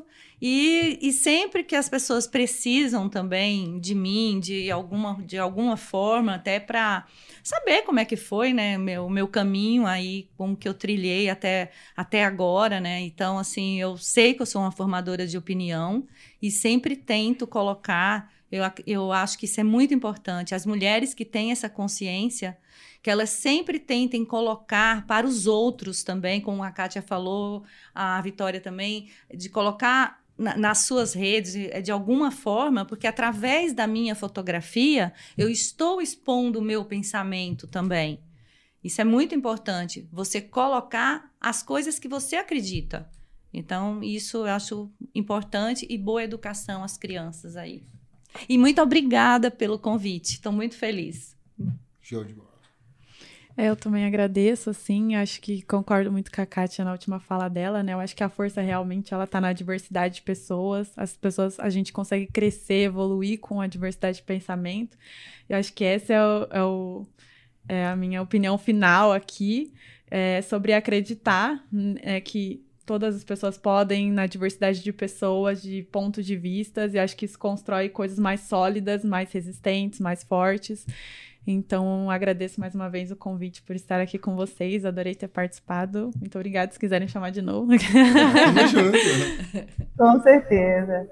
e, e sempre que as pessoas precisam também de mim, de alguma, de alguma forma, até para saber como é que foi, né, meu, meu caminho aí, como que eu trilhei até, até agora, né? Então, assim, eu sei que eu sou uma formadora de opinião e sempre tento colocar, eu, eu acho que isso é muito importante, as mulheres que têm essa consciência, que elas sempre tentem colocar para os outros também, como a Kátia falou, a Vitória também, de colocar na, nas suas redes, de, de alguma forma, porque através da minha fotografia, eu estou expondo o meu pensamento também. Isso é muito importante, você colocar as coisas que você acredita. Então, isso eu acho importante e boa educação às crianças aí. E muito obrigada pelo convite, estou muito feliz. Show de bola. É, eu também agradeço, assim, acho que concordo muito com a Kátia na última fala dela, né? Eu acho que a força realmente, ela tá na diversidade de pessoas, as pessoas, a gente consegue crescer, evoluir com a diversidade de pensamento. Eu acho que essa é, o, é, o, é a minha opinião final aqui, é, sobre acreditar, é, que todas as pessoas podem, na diversidade de pessoas, de pontos de vistas, e acho que isso constrói coisas mais sólidas, mais resistentes, mais fortes. Então, agradeço mais uma vez o convite por estar aqui com vocês. Adorei ter participado. Muito obrigada. Se quiserem chamar de novo. Tamo junto. Com certeza.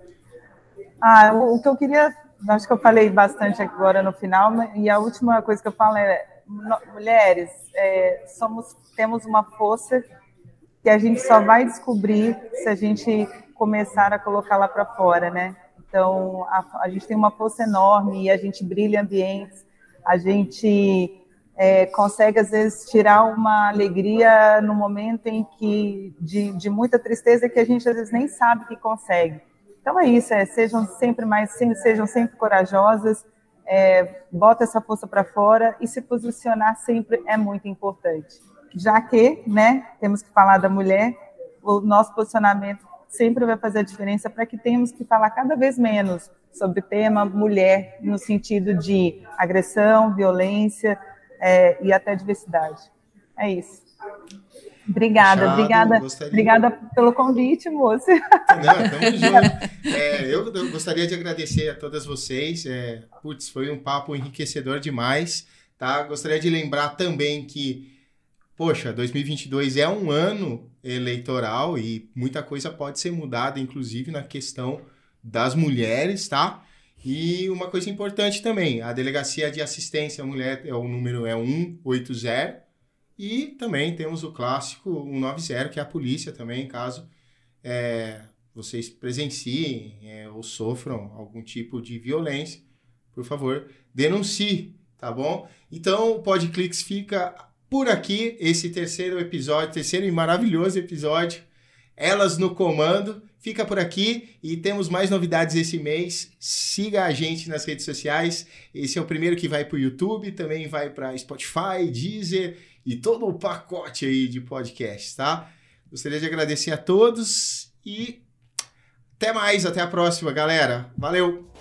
Ah, o, o que eu queria... Acho que eu falei bastante agora no final, e a última coisa que eu falo é... Mulheres, é, somos, temos uma força que a gente só vai descobrir se a gente começar a colocá-la para fora, né? Então, a, a gente tem uma força enorme e a gente brilha em ambientes. A gente é, consegue, às vezes, tirar uma alegria no momento em que, de, de muita tristeza, que a gente, às vezes, nem sabe que consegue. Então, é isso, é, sejam sempre mais, sejam sempre corajosas, é, bota essa força para fora e se posicionar sempre é muito importante. Já que, né, temos que falar da mulher, o nosso posicionamento sempre vai fazer a diferença para que tenhamos que falar cada vez menos sobre o tema mulher, no sentido de agressão, violência é, e até diversidade. É isso. Obrigada, Fechado, obrigada, gostaria... obrigada pelo convite, moça. Não, tamo junto. É, eu, eu gostaria de agradecer a todas vocês. É, putz, foi um papo enriquecedor demais, tá? Gostaria de lembrar também que, poxa, dois mil e vinte e dois é um ano eleitoral e muita coisa pode ser mudada, inclusive na questão das mulheres, tá? E uma coisa importante também, a Delegacia de Assistência à Mulher, é, o número é cento e oitenta, e também temos o clássico cento e noventa, que é a polícia também, caso é, vocês presenciem é, ou sofram algum tipo de violência, por favor, denuncie, tá bom? Então, o Podclix fica por aqui, esse terceiro episódio, terceiro e maravilhoso episódio, Elas no Comando, fica por aqui e temos mais novidades esse mês. Siga a gente nas redes sociais. Esse é o primeiro que vai para o YouTube, também vai para Spotify, Deezer e todo o pacote aí de podcasts, tá? Gostaria de agradecer a todos e até mais, até a próxima, galera. Valeu!